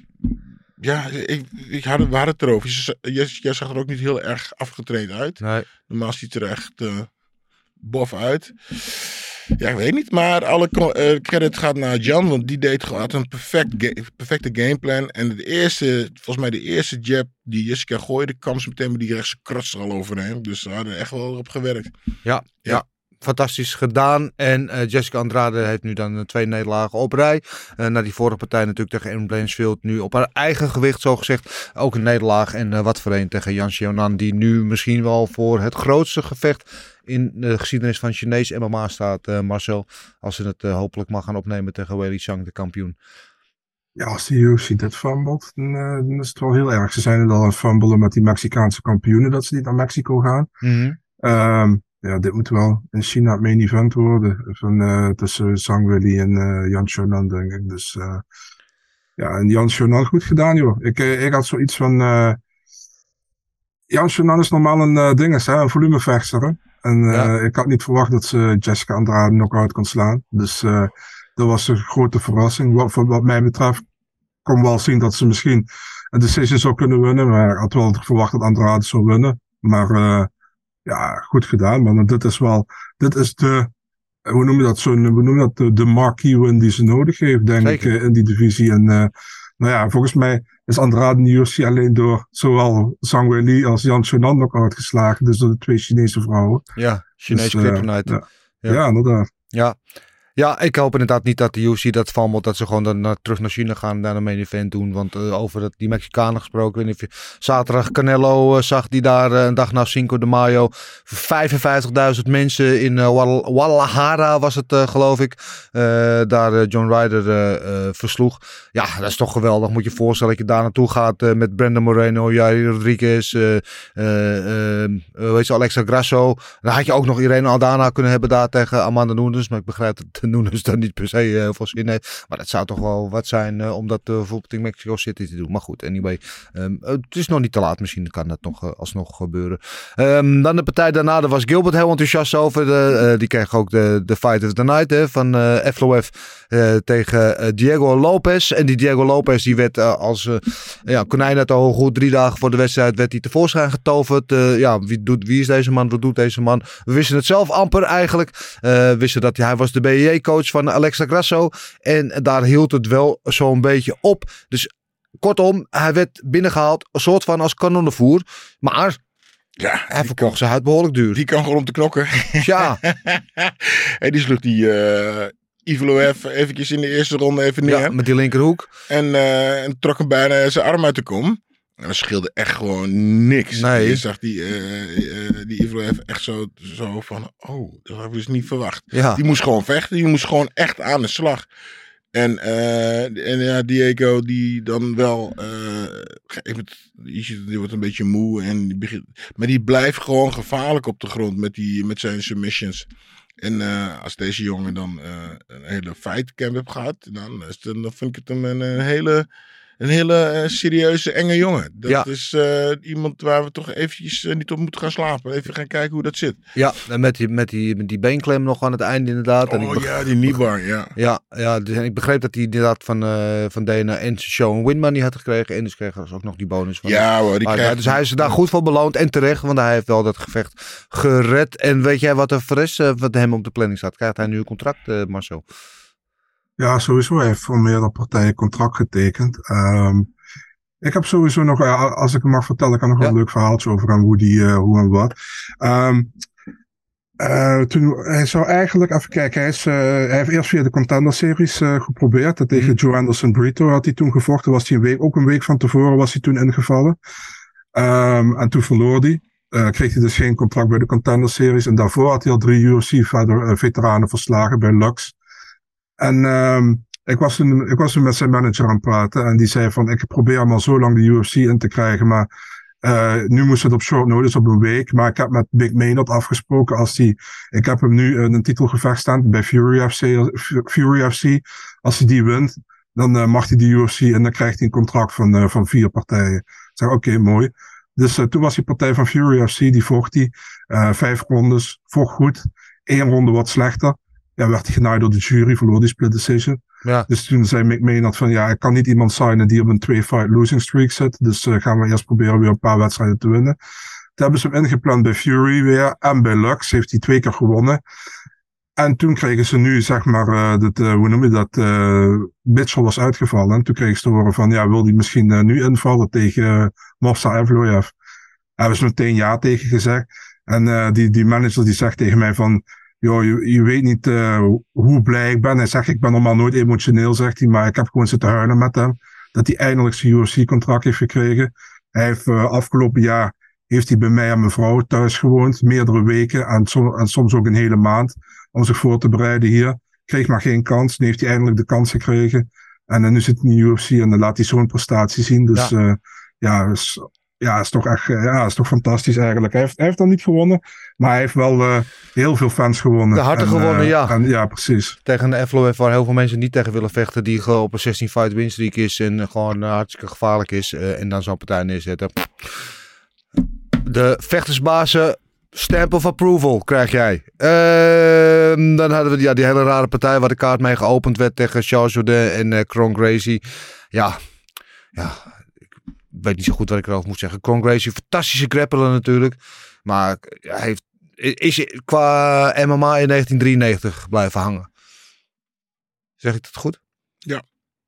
Ja, ik, ik had, we hadden het erover. Jij zag er ook niet heel erg afgetraind uit. Nee. Normaal ziet er echt uh, bof uit. Ja, ik weet niet. Maar alle uh, credit gaat naar Jan. Want die deed gewoon een perfect ga- perfecte gameplan. En de eerste, volgens mij de eerste jab die Jessica gooide, kwam ze meteen met die rechtse kratser al overheen. Dus ze hadden er echt wel op gewerkt. Ja, ja. ja. Fantastisch gedaan. En uh, Jessica Andrade heeft nu dan twee nederlagen op rij. Uh, na die vorige partij natuurlijk tegen Erin Blanchfield. Nu op haar eigen gewicht zogezegd ook een nederlaag. En uh, wat voor een tegen Yan Xiaonan. Die nu misschien wel voor het grootste gevecht in de geschiedenis van Chinees M M A staat. Uh, Marcel. Als ze het uh, hopelijk mag gaan opnemen tegen Weili Zhang, de kampioen. Ja, als de U F C dit fumbelt, dan, uh, dan is het wel heel erg. Ze zijn het al aan het fumbelen met die Mexicaanse kampioenen. Dat ze niet naar Mexico gaan. Mm-hmm. Um, Ja, dit moet wel in China het main event worden. Van, uh, tussen Zhang Weili en uh, Yan Xiaonan, denk ik. Dus uh, ja, en Yan Xiaonan goed gedaan, joh. Ik, ik had zoiets van... Uh, Yan Xiaonan is normaal een uh, dinges, hè, een volumevechter. Hè? En uh, ja. ik had niet verwacht dat ze Jessica Andrade knock-out kon slaan. Dus uh, dat was een grote verrassing. Wat, wat mij betreft kon wel zien dat ze misschien een decision zou kunnen winnen. Maar ik had wel verwacht dat Andrade zou winnen. Maar... Uh, Ja, goed gedaan, man. Dit is wel, dit is de, hoe noem je dat, zo'n, hoe noem je dat, de, de marquee win die ze nodig heeft, denk Zeker. ik, in die divisie. En, uh, nou ja, volgens mij is Andrade in de U F C alleen door zowel Zhang Weili als Yan Xiaonan nog uitgeslagen. Dus door de twee Chinese vrouwen. Ja, Chinese dus, kryptonite. Uh, ja. Ja. ja, inderdaad. Ja. Ja, ik hoop inderdaad niet dat de U F C dat van moet, dat ze gewoon dan naar, terug naar China gaan en daar een main event doen. Want uh, over dat, die Mexicanen gesproken, ik weet niet of je zaterdag Canelo uh, zag die daar uh, een dag na Cinco de Mayo vijfenvijftigduizend mensen in uh, Guadalajara was het uh, geloof ik, uh, daar uh, John Ryder uh, uh, versloeg. Ja, dat is toch geweldig. Moet je je voorstellen dat je daar naartoe gaat uh, met Brandon Moreno, Jair Rodriguez, uh, uh, uh, uh, weet je, Alexa Grasso. Dan had je ook nog Irene Aldana kunnen hebben daar tegen Amanda Nunes, maar ik begrijp dat Nunes dan niet per se heel uh, veel zin heeft. Maar dat zou toch wel wat zijn uh, om dat uh, bijvoorbeeld in Mexico City te doen. Maar goed, anyway. Um, uh, het is nog niet te laat. Misschien kan dat nog uh, alsnog gebeuren. Um, dan de partij daarna, daar was Gilbert heel enthousiast over. De, uh, die kreeg ook de, de Fight of the Night hè, van uh, Evloev uh, tegen uh, Diego Lopez. En die Diego Lopez die werd uh, als uh, ja, konijn uit de hoge hoed. Drie dagen voor de wedstrijd werd hij tevoorschijn getoverd. Uh, ja, wie, doet, wie is deze man? Wat doet deze man? We wisten het zelf amper eigenlijk. Uh, we wisten dat hij, hij was de B J J-coach van Alexa Grasso. En daar hield het wel zo'n beetje op. Dus kortom, hij werd binnengehaald, een soort van als kanonnenvoer. Maar ja, hij verkocht zijn huid behoorlijk duur. Die kan gewoon om te knokken. Ja. En die sloeg die uh, Ivloev eventjes in de eerste ronde even neer. Ja, met die linkerhoek. En, uh, en trok hem bijna zijn arm uit de kom. En dat scheelde echt gewoon niks. Nee. Je zag die, uh, uh, die Ivloev echt zo, zo van, oh, dat had ik dus niet verwacht. Ja. Die moest gewoon vechten. Die moest gewoon echt aan de slag. En, uh, en ja, Diego die dan wel, uh, die wordt een beetje moe. En die begint, maar die blijft gewoon gevaarlijk op de grond met, die, met zijn submissions. En uh, als deze jongen dan uh, een hele fightcamp heeft gehad, dan, dan vind ik het hem een, een hele... Een hele uh, serieuze, enge jongen. Dat ja. is uh, iemand waar we toch eventjes uh, niet op moeten gaan slapen. Even gaan kijken hoe dat zit. Ja, en met die, met die, met die beenklem nog aan het einde inderdaad. Oh en ik beg- ja, die kneebar, ja. Ja, ja dus ik begreep dat hij inderdaad van, uh, van Dana en zijn show een win money had gekregen. En dus kreeg hij ook nog die bonus van. Ja hoor, die maar, krijgt... Dus hij is daar goed voor beloond en terecht. Want hij heeft wel dat gevecht gered. En weet jij wat er voor is uh, wat hem op de planning staat? Krijgt hij nu een contract, uh, Marcel? Ja, sowieso. Hij heeft voor meerdere partijen contract getekend. Um, Ik heb sowieso nog, als ik het mag vertellen, kan ik nog ja. wel een leuk verhaaltje over aan hoe, die, uh, hoe en wat. Um, uh, toen, hij zou eigenlijk, even kijken, hij, is, uh, hij heeft eerst via de Contender Series uh, geprobeerd. Dat tegen mm. Joe Anderson Brito had hij toen gevochten. Was hij een week, ook een week van tevoren was hij toen ingevallen. Um, en toen verloor hij. Uh, kreeg hij dus geen contract bij de Contender Series. En daarvoor had hij al drie U F C-veteranen verslagen bij Lux. En... Um, Ik was, toen, ik was toen met zijn manager aan het praten en die zei van ik probeer hem al zo lang de U F C in te krijgen, maar uh, nu moest het op short notice op een week, maar ik heb met Big Maynard afgesproken als die, ik heb hem nu een titelgevecht staan bij Fury F C, Fury F C, als hij die wint, dan uh, mag hij de U F C en dan krijgt hij een contract van, uh, van vier partijen. Ik zeg oké, okay, mooi. Dus uh, toen was die partij van Fury F C, die vocht hij, uh, vijf rondes, vocht goed, één ronde wat slechter. Ja, werd hij genaaid door de jury, verloor die split decision. Ja. Dus toen zei Mick Maynard van ja, ik kan niet iemand signen die op een twee-fight losing streak zit. Dus uh, gaan we eerst proberen weer een paar wedstrijden te winnen. Toen hebben ze hem ingepland bij Fury weer en bij Lux. Heeft hij twee keer gewonnen. En toen kregen ze nu, zeg maar, uh, dat, uh, hoe noem je dat, uh, Mitchell was uitgevallen. En toen kregen ze te horen van ja, wil hij misschien uh, nu invallen tegen uh, Movsar Evloev. Daar hebben ze meteen ja tegen gezegd. En uh, die, die manager die zegt tegen mij van... Yo, je, je weet niet uh, hoe blij ik ben. Hij zegt, ik ben normaal nooit emotioneel, zegt hij. Maar ik heb gewoon zitten huilen met hem. Dat hij eindelijk zijn U F C-contract heeft gekregen. Hij heeft uh, afgelopen jaar heeft hij bij mij en mijn vrouw thuis gewoond. Meerdere weken en, som, en soms ook een hele maand. Om zich voor te bereiden hier. Kreeg maar geen kans. Nu heeft hij eindelijk de kans gekregen. En uh, nu zit hij in de U F C en dan laat hij zo'n prestatie zien. Dus ja, uh, ja is, ja, is toch echt, ja, is toch fantastisch eigenlijk. Hij heeft, hij heeft dan niet gewonnen. Maar hij heeft wel uh, heel veel fans gewonnen. De harten en, gewonnen, uh, ja. En, ja, precies. Tegen een Evloev waar heel veel mensen niet tegen willen vechten. Die gewoon op een zestien fight winstreak is. En gewoon uh, hartstikke gevaarlijk is. Uh, en dan zo'n partij neerzetten. De vechtersbazen stamp of approval krijg jij. Uh, dan hadden we ja, die hele rare partij waar de kaart mee geopend werd. Tegen Charles Jourdain en uh, Kron Gracie. Ja, ja. Ik weet niet zo goed wat ik erover moet zeggen. Kron Gracie, fantastische grappler natuurlijk. Maar hij heeft, is qua M M A in negentien drieënnegentig blijven hangen. Zeg ik dat goed? Ja.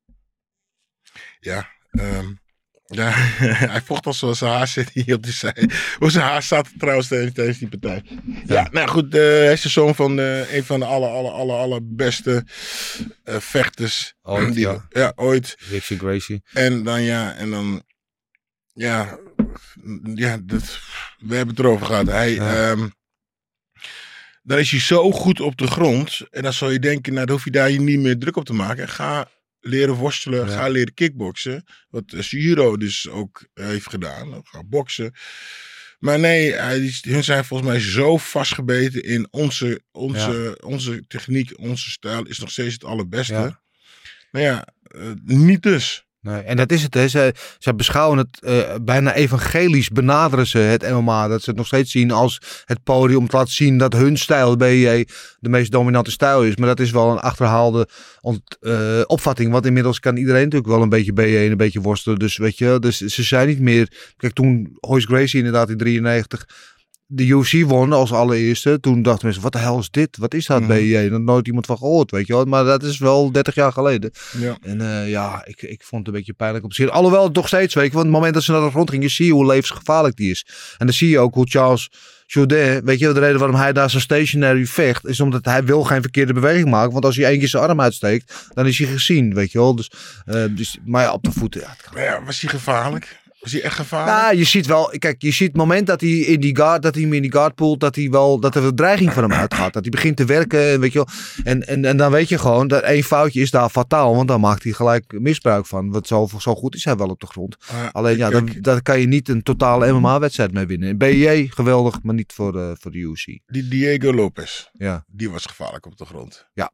Ja. Um, ja. Hij vocht als zijn haar zit hier op de zij. Hoe zijn haar staat trouwens tijdens die partij. Ja, ja nou goed. Uh, hij is de zoon van uh, een van de aller, aller, aller, allerbeste uh, vechters. Ooit, die, ja. ja, ooit. Ricky Gracie. En dan ja, en dan... Ja, ja dat, we hebben het erover gehad. Hij, ja. um, dan is hij zo goed op de grond. En dan zou je denken, nou, dan hoef je daar je niet meer druk op te maken. Ga leren worstelen, ja. Ga leren kickboksen. Wat Shiro dus ook heeft gedaan. Ga boksen. Maar nee, hij, hun zijn volgens mij zo vastgebeten in onze, onze, ja. onze techniek. Onze stijl is nog steeds het allerbeste. Ja. Maar ja, uh, niet dus. Nee, en dat is het, hè. Ze, ze beschouwen het uh, bijna evangelisch, benaderen ze het M M A. Dat ze het nog steeds zien als het podium om te laten zien dat hun stijl, de B J, de meest dominante stijl is. Maar dat is wel een achterhaalde ont, uh, opvatting. Want inmiddels kan iedereen natuurlijk wel een beetje B J en een beetje worstelen. Dus weet je, dus ze zijn niet meer... Kijk, toen Royce Gracie inderdaad in drieënnegentig... de U F C won als allereerste, toen dachten mensen, wat de hel is dit? Wat is dat, mm. B J? Er had nooit iemand van gehoord, weet je wel. Maar dat is wel dertig jaar geleden. Ja. En uh, ja, ik, ik vond het een beetje pijnlijk op zich. Alhoewel het nog steeds, weet je, want op het moment dat ze naar de grond gingen, zie je hoe levensgevaarlijk die is. En dan zie je ook hoe Charles Jourdain, weet je, de reden waarom hij daar zo stationary vecht, is omdat hij wil geen verkeerde beweging maken. Want als hij één keer zijn arm uitsteekt, dan is hij gezien, weet je wel. Dus, uh, dus, maar ja, op de voeten. Ja, maar ja, was hij gevaarlijk? Was hij echt gevaarlijk? Nou, je ziet wel, kijk, je ziet het moment dat hij in die guard, dat hij hem in die guard poelt, dat hij wel, dat er een dreiging van hem uitgaat. Dat hij begint te werken, weet je wel. En, en, en dan weet je gewoon, dat één foutje is daar fataal, want dan maakt hij gelijk misbruik van. Want zo, zo goed is hij wel op de grond. Uh, Alleen ja, daar, daar kan je niet een totale M M A-wedstrijd mee winnen. B J, geweldig, maar niet voor de, voor de U F C. Die Diego Lopez, ja. Die was gevaarlijk op de grond. Ja.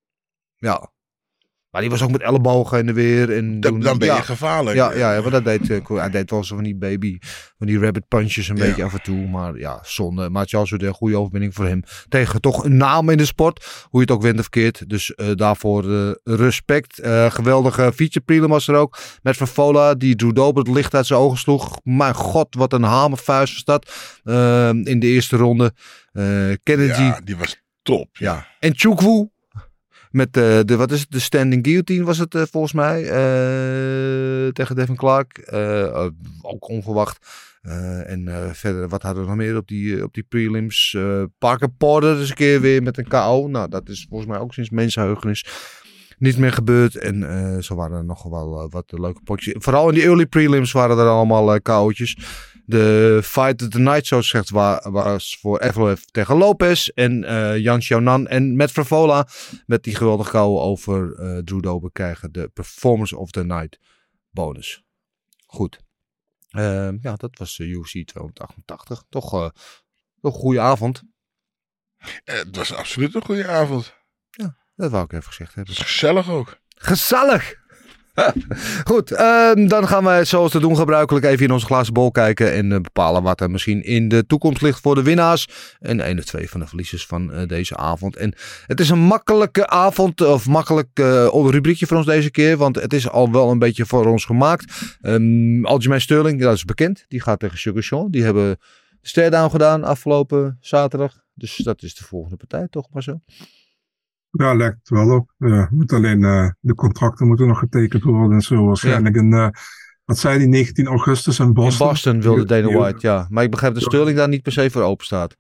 Ja. Maar die was ook met ellebogen in de weer. En dan, doen, dan ben je ja, gevaarlijk. Ja, ja, ja, maar dat deed, uh, hij deed wel zo van die baby, van die rabbit punches een ja. beetje af en toe. Maar ja, zonde. Maar Charles Jourdain, een goede overwinning voor hem. Tegen toch een naam in de sport. Hoe je het ook went of verkeerd. Dus uh, daarvoor uh, respect. Uh, geweldige feature prelim was er ook. Met Favola, die Drew Dober het licht uit zijn ogen sloeg. Mijn god, wat een hamervuist was dat. Uh, in de eerste ronde. Uh, Kennedy. Ja, die was top. Ja. ja. En Chukwu. Met de, de, wat is het, de standing guillotine was het uh, volgens mij. Uh, tegen Devin Clark. Uh, uh, ook onverwacht. Uh, en uh, verder, wat hadden we nog meer op die, uh, op die prelims? Uh, Parker Porter dus een keer weer met een K O. Nou, dat is volgens mij ook sinds mensenheugenis niet meer gebeurd. En uh, zo waren er nog wel uh, wat leuke potjes. Vooral in die early prelims waren er allemaal uh, K O'tjes. De fight of the night, zoals gezegd, was voor Evloev tegen Lopez. En uh, Yan Xiaonan en Matt Favola met die geweldige K O over uh, Drew Dober krijgen de Performance of the Night bonus. Goed. Uh, ja, dat was uh, U F C tweehonderdachtentachtig. Toch, uh, toch een goede avond. Uh, het was absoluut een goede avond. Ja, dat wou ik even gezegd hebben. Het is gezellig ook. Gezellig! Goed, uh, dan gaan we zoals te doen gebruikelijk even in onze glazen bol kijken en uh, bepalen wat er misschien in de toekomst ligt voor de winnaars en één of twee van de verliezers van uh, deze avond. En het is een makkelijke avond of makkelijk uh, rubriekje voor ons deze keer, want het is al wel een beetje voor ons gemaakt. Um, Aljamain Sterling, dat is bekend, die gaat tegen Sugar Sean. Die hebben de stare-down gedaan afgelopen zaterdag, dus dat is de volgende partij toch maar zo. Ja, lijkt wel op. Ja, moet alleen uh, de contracten moeten nog getekend worden en zo. Waarschijnlijk ja. in, uh, wat zei die, negentien augustus in Boston. In Boston wilde Dana White, ja. Maar ik begrijp dat Sterling daar niet per se voor open staat.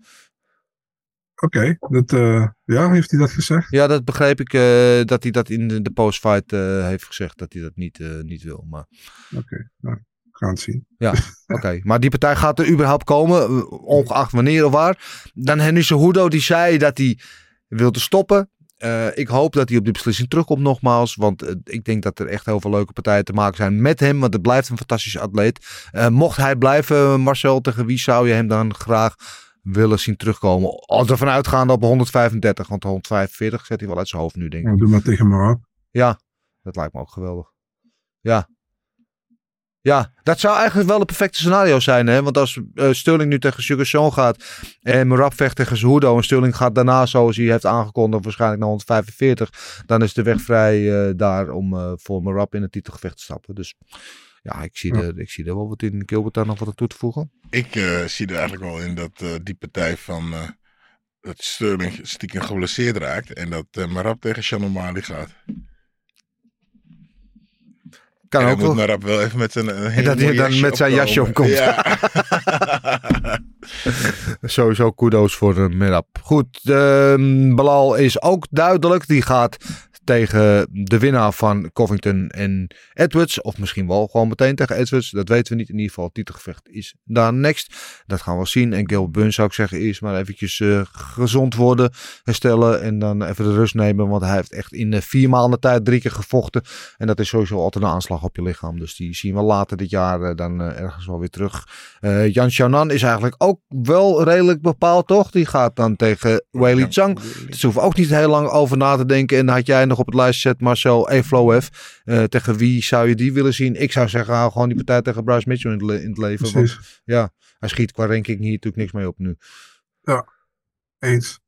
Oké, okay, uh, ja, heeft hij dat gezegd? Ja, dat begreep ik, uh, dat hij dat in de, de post-fight uh, heeft gezegd, dat hij dat niet, uh, niet wil. Maar... Oké, okay, nou, we gaan het zien. Ja, oké. Okay. Maar die partij gaat er überhaupt komen, ongeacht wanneer of waar. Dan Henry Cejudo, die zei dat hij wilde stoppen. Uh, ik hoop dat hij op die beslissing terugkomt nogmaals. Want uh, ik denk dat er echt heel veel leuke partijen te maken zijn met hem. Want het blijft een fantastische atleet. Uh, mocht hij blijven, Marcel, tegen wie zou je hem dan graag willen zien terugkomen? Als we vanuit gaan op honderdvijfendertig. Want honderdvijfenveertig zet hij wel uit zijn hoofd nu, denk ik. Nou, doe maar tegen Marab. Ja, dat lijkt me ook geweldig. Ja. Ja, dat zou eigenlijk wel het perfecte scenario zijn. Hè? Want als uh, Sterling nu tegen Sugar Sean gaat en Merab vecht tegen Cejudo en Sterling gaat daarna, zoals hij heeft aangekondigd, waarschijnlijk naar honderdvijfenveertig, dan is de weg vrij uh, daar om uh, voor Merab in het titelgevecht te stappen. Dus ja, ik zie, ja. Er, ik zie er wel wat in. Gilbert daar nog wat aan toe te voegen? Ik uh, zie er eigenlijk wel in dat uh, die partij van uh, dat Sterling stiekem geblesseerd raakt en dat uh, Merab tegen Sean O'Malley gaat. Kan en ook moet Merab wel even met zijn, een en dat hij dan met zijn jasje opkomt. Ja. Sowieso kudos voor uh, Merab. Goed, uh, Belal is ook duidelijk. Die gaat tegen de winnaar van Covington en Edwards. Of misschien wel gewoon meteen tegen Edwards. Dat weten we niet. In ieder geval, het titelgevecht is daar next. Dat gaan we zien. En Gilbert Burns zou ik zeggen, eerst maar eventjes uh, gezond worden, herstellen en dan even de rust nemen. Want hij heeft echt in uh, vier maanden tijd drie keer gevochten. En dat is sowieso altijd een aanslag op je lichaam. Dus die zien we later dit jaar uh, dan uh, ergens wel weer terug. Uh, Yan Xiaonan is eigenlijk ook wel redelijk bepaald, toch? Die gaat dan tegen Weili Zhang. Dus hoeven ook niet heel lang over na te denken. En dan had jij nog op het lijstje zet Marcel Evloev. Uh, tegen wie zou je die willen zien? Ik zou zeggen, hou gewoon die partij tegen Bryce Mitchell in het, le- in het leven. Want, ja, hij schiet qua ranking hier natuurlijk niks mee op nu. Ja, eens.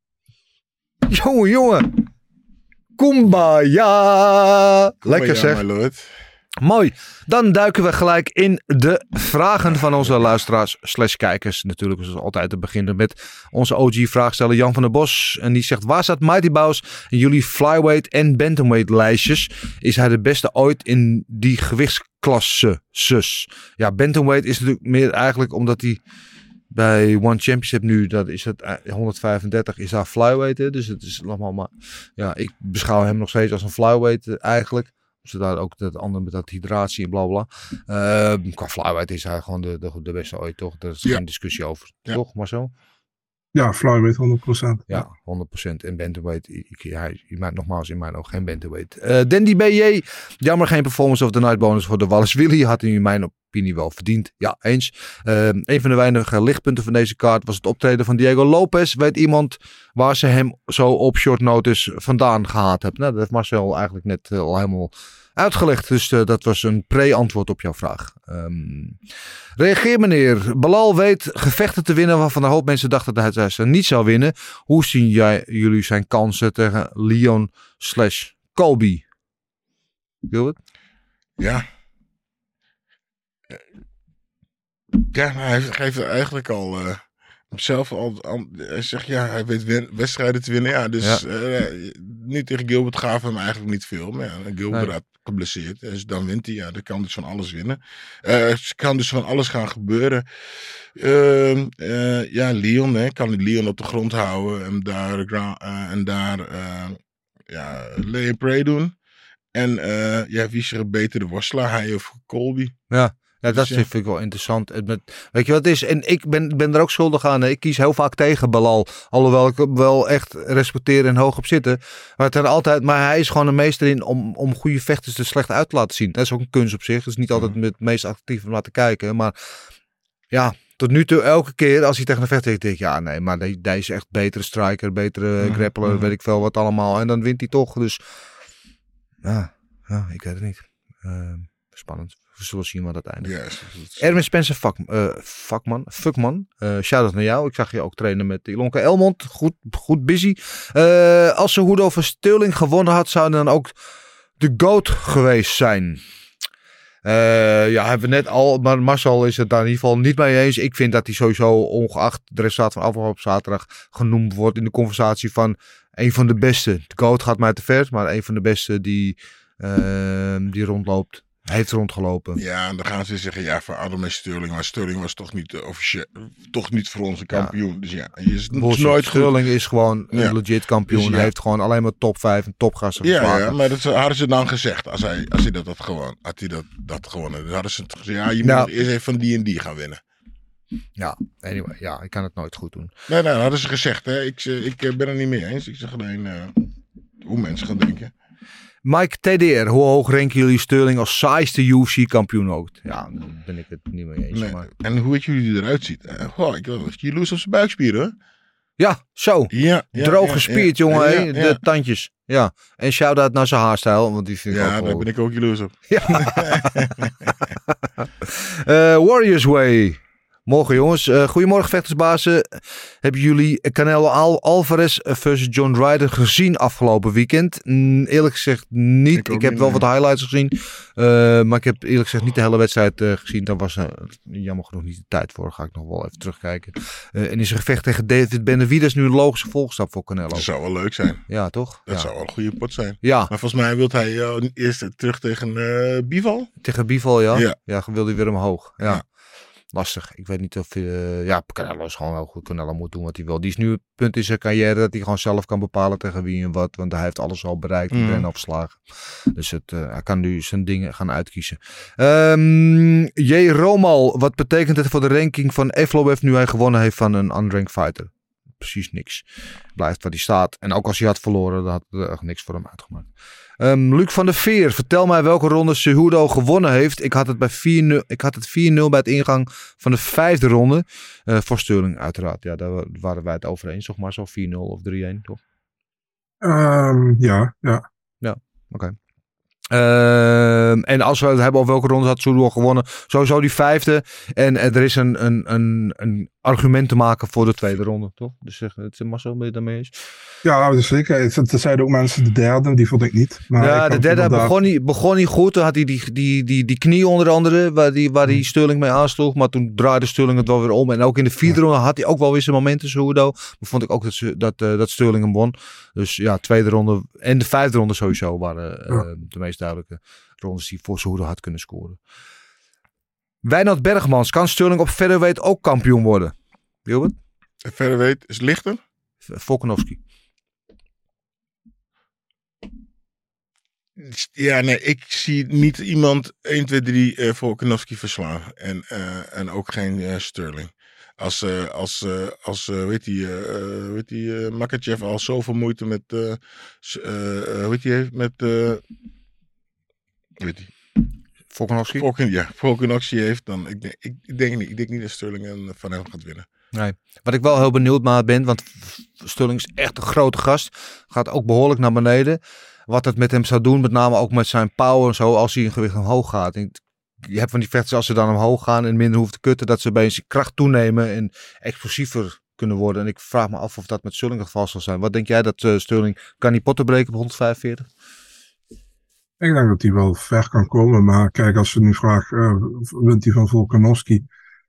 Jongen, jongen. Kumbaya. Lekker zeg. Kumbaya, Mooi. Dan duiken we gelijk in de vragen van onze luisteraars slash kijkers. Natuurlijk zoals altijd te beginnen met onze O G-vraagsteller Jan van der Bos. En die zegt, waar staat Mighty Mouse in jullie flyweight en bantamweight lijstjes? Is hij de beste ooit in die gewichtsklasse? Sus. Ja, bantamweight is natuurlijk meer eigenlijk omdat hij bij One Championship nu, dat is het honderdvijfendertig, is daar flyweight. Hè? Dus het is allemaal maar, ja, ik beschouw hem nog steeds als een flyweight eigenlijk. Zodat ook dat andere met dat hydratie en bla bla. Uh, qua flyweight is hij gewoon de, de, de beste ooit, toch? Daar is ja. geen discussie over. Ja. Toch, Marcel? Ja, flyweight honderd procent. Ja, honderd procent. En bantamweight, ik, hij, nogmaals in mijn ogen geen bantamweight. Uh, Dandy B J, jammer geen performance of the night bonus voor de Wallace Willy. Had hij in mijn opinie wel verdiend. Ja, eens. Uh, een van de weinige lichtpunten van deze kaart was het optreden van Diego Lopez. Weet iemand waar ze hem zo op short notice vandaan gehaald hebben? Nou, dat heeft Marcel eigenlijk net uh, al helemaal uitgelegd. Dus uh, dat was een pre-antwoord op jouw vraag. Um, reageer meneer. Belal weet gevechten te winnen waarvan een hoop mensen dachten dat hij ze niet zou winnen. Hoe zien jij, jullie zijn kansen tegen Leon slash Colby? Gilbert? Ja. Ja, hij geeft eigenlijk al uh, zelf al, al. Hij zegt ja, hij weet win, wedstrijden te winnen. Ja, dus ja. Uh, nu tegen Gilbert gaven hem eigenlijk niet veel. Maar ja, Gilbert nee. had geblesseerd. Dus dan wint hij. Ja, dan kan dus van alles winnen. Uh, kan dus van alles gaan gebeuren. Uh, uh, ja, Leon, hè, kan Leon op de grond houden en daar, uh, en daar uh, ja, lay and pray doen. En uh, ja, wie is er een betere worstelaar? Hij of Colby? Ja. Ja, dat vind ik wel interessant. Met, weet je wat het is? En ik ben, ben er ook schuldig aan. Ik kies heel vaak tegen Belal. Alhoewel ik hem wel echt respecteer en hoog op zitten. Maar, het er altijd, maar hij is gewoon een meester in om, om goede vechters er slecht uit te laten zien. Dat is ook een kunst op zich. Het is niet altijd met het meest actief om laten kijken. Maar ja, tot nu toe elke keer als hij tegen een vechter zegt, denk ik, ja nee, maar die, die is echt betere striker, betere mm, grappler, mm. weet ik veel wat allemaal. En dan wint hij toch. Dus ja, ja ik weet het niet. Uh, spannend. We zullen zien wat dat eindigt. Yes, is... Erwin Spencer Vak, uh, Vakman. Vakman. Uh, shout-out naar jou. Ik zag je ook trainen met Ilonka Elmond. Goed, goed busy. Uh, als ze Hudo van Sterling gewonnen had, zou dan ook de GOAT geweest zijn. Uh, ja, hebben we net al. Maar Marcel is het daar in ieder geval niet mee eens. Ik vind dat hij sowieso, ongeacht de resultaat van afgelopen zaterdag, genoemd wordt in de conversatie van een van de beste. De GOAT gaat mij te ver, maar een van de beste die, uh, die rondloopt. Hij heeft rondgelopen. Ja, en dan gaan ze zeggen, ja, voor Adam en Sterling. Maar Sterling was toch niet uh, officieel, toch niet voor onze kampioen. Ja. Dus ja, je is, is nooit Sterling is gewoon ja. een legit kampioen. Dus ja. Hij heeft gewoon alleen maar top vijf en topgasten. Ja, ja, maar dat hadden ze dan gezegd. Als hij, als hij dat had gewonnen. Had hij dat, dat gewonnen. Dan hadden ze het gezegd, ja, je nou, moet eerst even van die en die gaan winnen. Ja, anyway, ja, ik kan het nooit goed doen. Nee, nee, dat hadden ze gezegd. Hè. Ik, ik ben er niet mee eens. Ik zeg alleen uh, hoe mensen gaan denken. Mike T D R, hoe hoog ranken jullie Sterling als saaiste U F C-kampioen ook? Ja, daar ben ik het niet mee eens. Nee. Maar... En hoe het jullie eruit ziet? Uh, oh, ik wil je loes op zijn buikspieren, hoor. Ja, zo. Ja, ja, droog ja, gespierd, ja, jongen. ja, ja. De tandjes. Ja. En shout-out naar zijn haarstijl, want die vind ik ja, ook wel... daar ben ik ook jaloers op. Ja. uh, Warriors Way. Morgen jongens. Uh, goedemorgen vechtersbazen. Hebben jullie Canelo Al- Alvarez versus John Ryder gezien afgelopen weekend? Mm, eerlijk gezegd niet. Ik, ik heb niet, wel nee. wat highlights gezien. Uh, maar ik heb eerlijk gezegd niet de hele wedstrijd uh, gezien. Daar was uh, jammer genoeg niet de tijd voor. Ga ik nog wel even terugkijken. Uh, en is een gevecht tegen David Benavidez nu een logische volgstap voor Canelo? Dat zou wel leuk zijn. Ja, toch? Dat ja. zou wel een goede pot zijn. Ja. Maar volgens mij wil hij uh, eerst terug tegen uh, Bivol. Tegen Bivol, ja. Ja, ja wil hij weer omhoog. Ja. ja. lastig. Ik weet niet of... Uh, ja, Canelo is gewoon wel goed. Canelo moet doen wat hij wil. Die is nu het punt in zijn carrière dat hij gewoon zelf kan bepalen tegen wie en wat. Want hij heeft alles al bereikt. Iedereen mm. afgeslagen. Dus het, uh, hij kan nu zijn dingen gaan uitkiezen. Um, J. Romal. Wat betekent het voor de ranking van Evloev nu hij gewonnen heeft van een unranked fighter? Precies niks. Blijft waar hij staat. En ook als hij had verloren, dan had er echt niks voor hem uitgemaakt. Um, Luc van der Veer, vertel mij welke ronde Cejudo gewonnen heeft. Ik had het bij vier nul, ik had het vier nul bij het ingang van de vijfde ronde. Uh, voor Sterling uiteraard. Ja, daar waren wij het over eens. Zeg maar zo vier nul of drie een, toch? Um, ja, ja. Ja, oké. Okay. Uh, en als we het hebben over welke ronde had Cejudo gewonnen, sowieso die vijfde. En uh, er is een, een, een, een argumenten maken voor de tweede ronde, toch? Dus zeg, het is Marcel, ben je daarmee eens? Ja, dat is zeker. Er zeiden ook mensen de derde, die vond ik niet. Maar ja, ik de derde inderdaad... begon, niet, begon niet goed. Toen had hij die, die, die, die knie onder andere, waar die, waar die Sterling mee aansloeg. Maar toen draaide Sterling het wel weer om. En ook in de vierde ja. ronde had hij ook wel weer zijn momenten, Cejudo. Maar vond ik ook dat, ze, dat, uh, dat Sterling hem won. Dus ja, tweede ronde en de vijfde ronde sowieso waren uh, ja. de meest duidelijke rondes die voor Cejudo had kunnen scoren. Wijnald Bergmans, kan Sterling op featherweight ook kampioen worden? Wilbert? Featherweight is lichter? Volkanovski. Ja, nee, ik zie niet iemand één, twee, drie uh, Volkanovski verslaan. En, uh, en ook geen uh, Sterling. Als, uh, als, uh, als uh, weet je, uh, weet je uh, Makhachev al zoveel moeite met, uh, uh, weet je, met, uh, weet je. Volkanovski? Volkan, ja, Volkanovski heeft, dan, ik denk, ik, ik denk niet, ik denk niet dat Sterling een, van hem gaat winnen. Nee. Wat ik wel heel benieuwd naar ben, want Sterling is echt een grote gast. Gaat ook behoorlijk naar beneden. Wat het met hem zou doen, met name ook met zijn power en zo, als hij in gewicht omhoog gaat. En je hebt van die vechters, als ze dan omhoog gaan en minder hoeven te kutten, dat ze opeens kracht toenemen en explosiever kunnen worden. En ik vraag me af of dat met Sterling het geval zal zijn. Wat denk jij dat uh, Sterling, kan die potten breken op honderdvijfenveertig? Ik denk dat hij wel ver kan komen, maar kijk, als ze nu vragen, uh, wint hij van Volkanovski?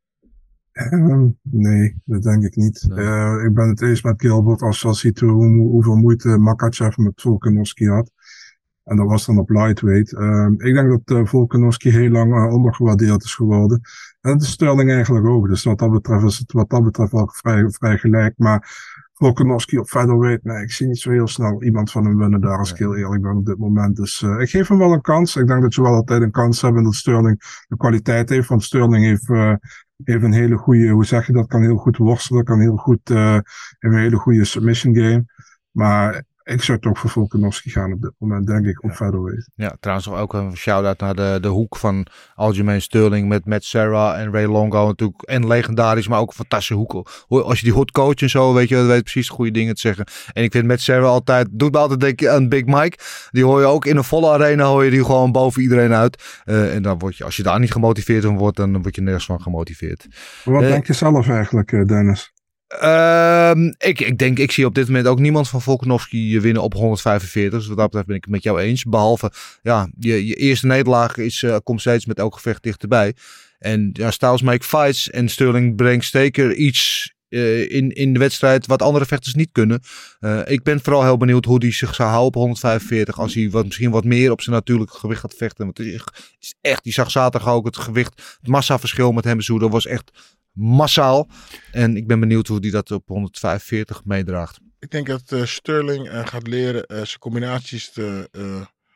Uh, nee, dat denk ik niet. Nee. Uh, ik ben het eens met Gilbert als je al ziet hoe, hoeveel moeite Makhachev met Volkanovski had. En dat was dan op lightweight. Uh, ik denk dat uh, Volkanovski heel lang uh, ondergewaardeerd is geworden. En dat is Sterling eigenlijk ook. Dus wat dat betreft is het wat dat betreft wel vrij, vrij gelijk. Maar Volkanovski op featherweight, nee, ik zie niet zo heel snel iemand van hem winnen daar, als ik heel eerlijk ben op dit moment. Dus uh, ik geef hem wel een kans. Ik denk dat je wel altijd een kans hebt en dat Sterling de kwaliteit heeft. Want Sterling heeft, uh, heeft een hele goede, hoe zeg je dat, kan heel goed worstelen, kan heel goed, uh, heeft een hele goede submission game. Maar ik zou toch voor Volkanovski gaan op dit moment, denk ik, op ja. featherweight. Ja, trouwens ook een shout-out naar de, de hoek van Aljamain Sterling met Matt Serra en Ray Longo natuurlijk. En legendarisch, maar ook een fantastische hoek. Als je die hoort coach en zo, weet je, dat weet precies goede dingen te zeggen. En ik vind Matt Serra altijd, doet me altijd denken aan Big Mike. Die hoor je ook in een volle arena, hoor je die gewoon boven iedereen uit. Uh, en dan word je, als je daar niet gemotiveerd van wordt, dan word je nergens van gemotiveerd. Wat uh, denk je zelf eigenlijk, Dennis? Uh, ik, ik denk, ik zie op dit moment ook niemand van Volkanovski winnen op honderdvijfenveertig. Dus wat dat betreft ben ik het met jou eens. Behalve, ja, je, je eerste nederlaag is, uh, komt steeds met elk gevecht dichterbij. En ja, styles make fights. En Sterling brengt zeker iets uh, in, in de wedstrijd wat andere vechters niet kunnen. Uh, ik ben vooral heel benieuwd hoe hij zich zou houden op honderdvijfenveertig. Als hij wat, misschien wat meer op zijn natuurlijke gewicht gaat vechten. Want het is echt, je zag zaterdag ook het gewicht, het massaverschil met hem en Cejudo was echt massaal. En ik ben benieuwd hoe hij dat op honderdvijfenveertig meedraagt. Ik denk dat uh, Sterling uh, gaat leren uh, zijn combinaties te, uh,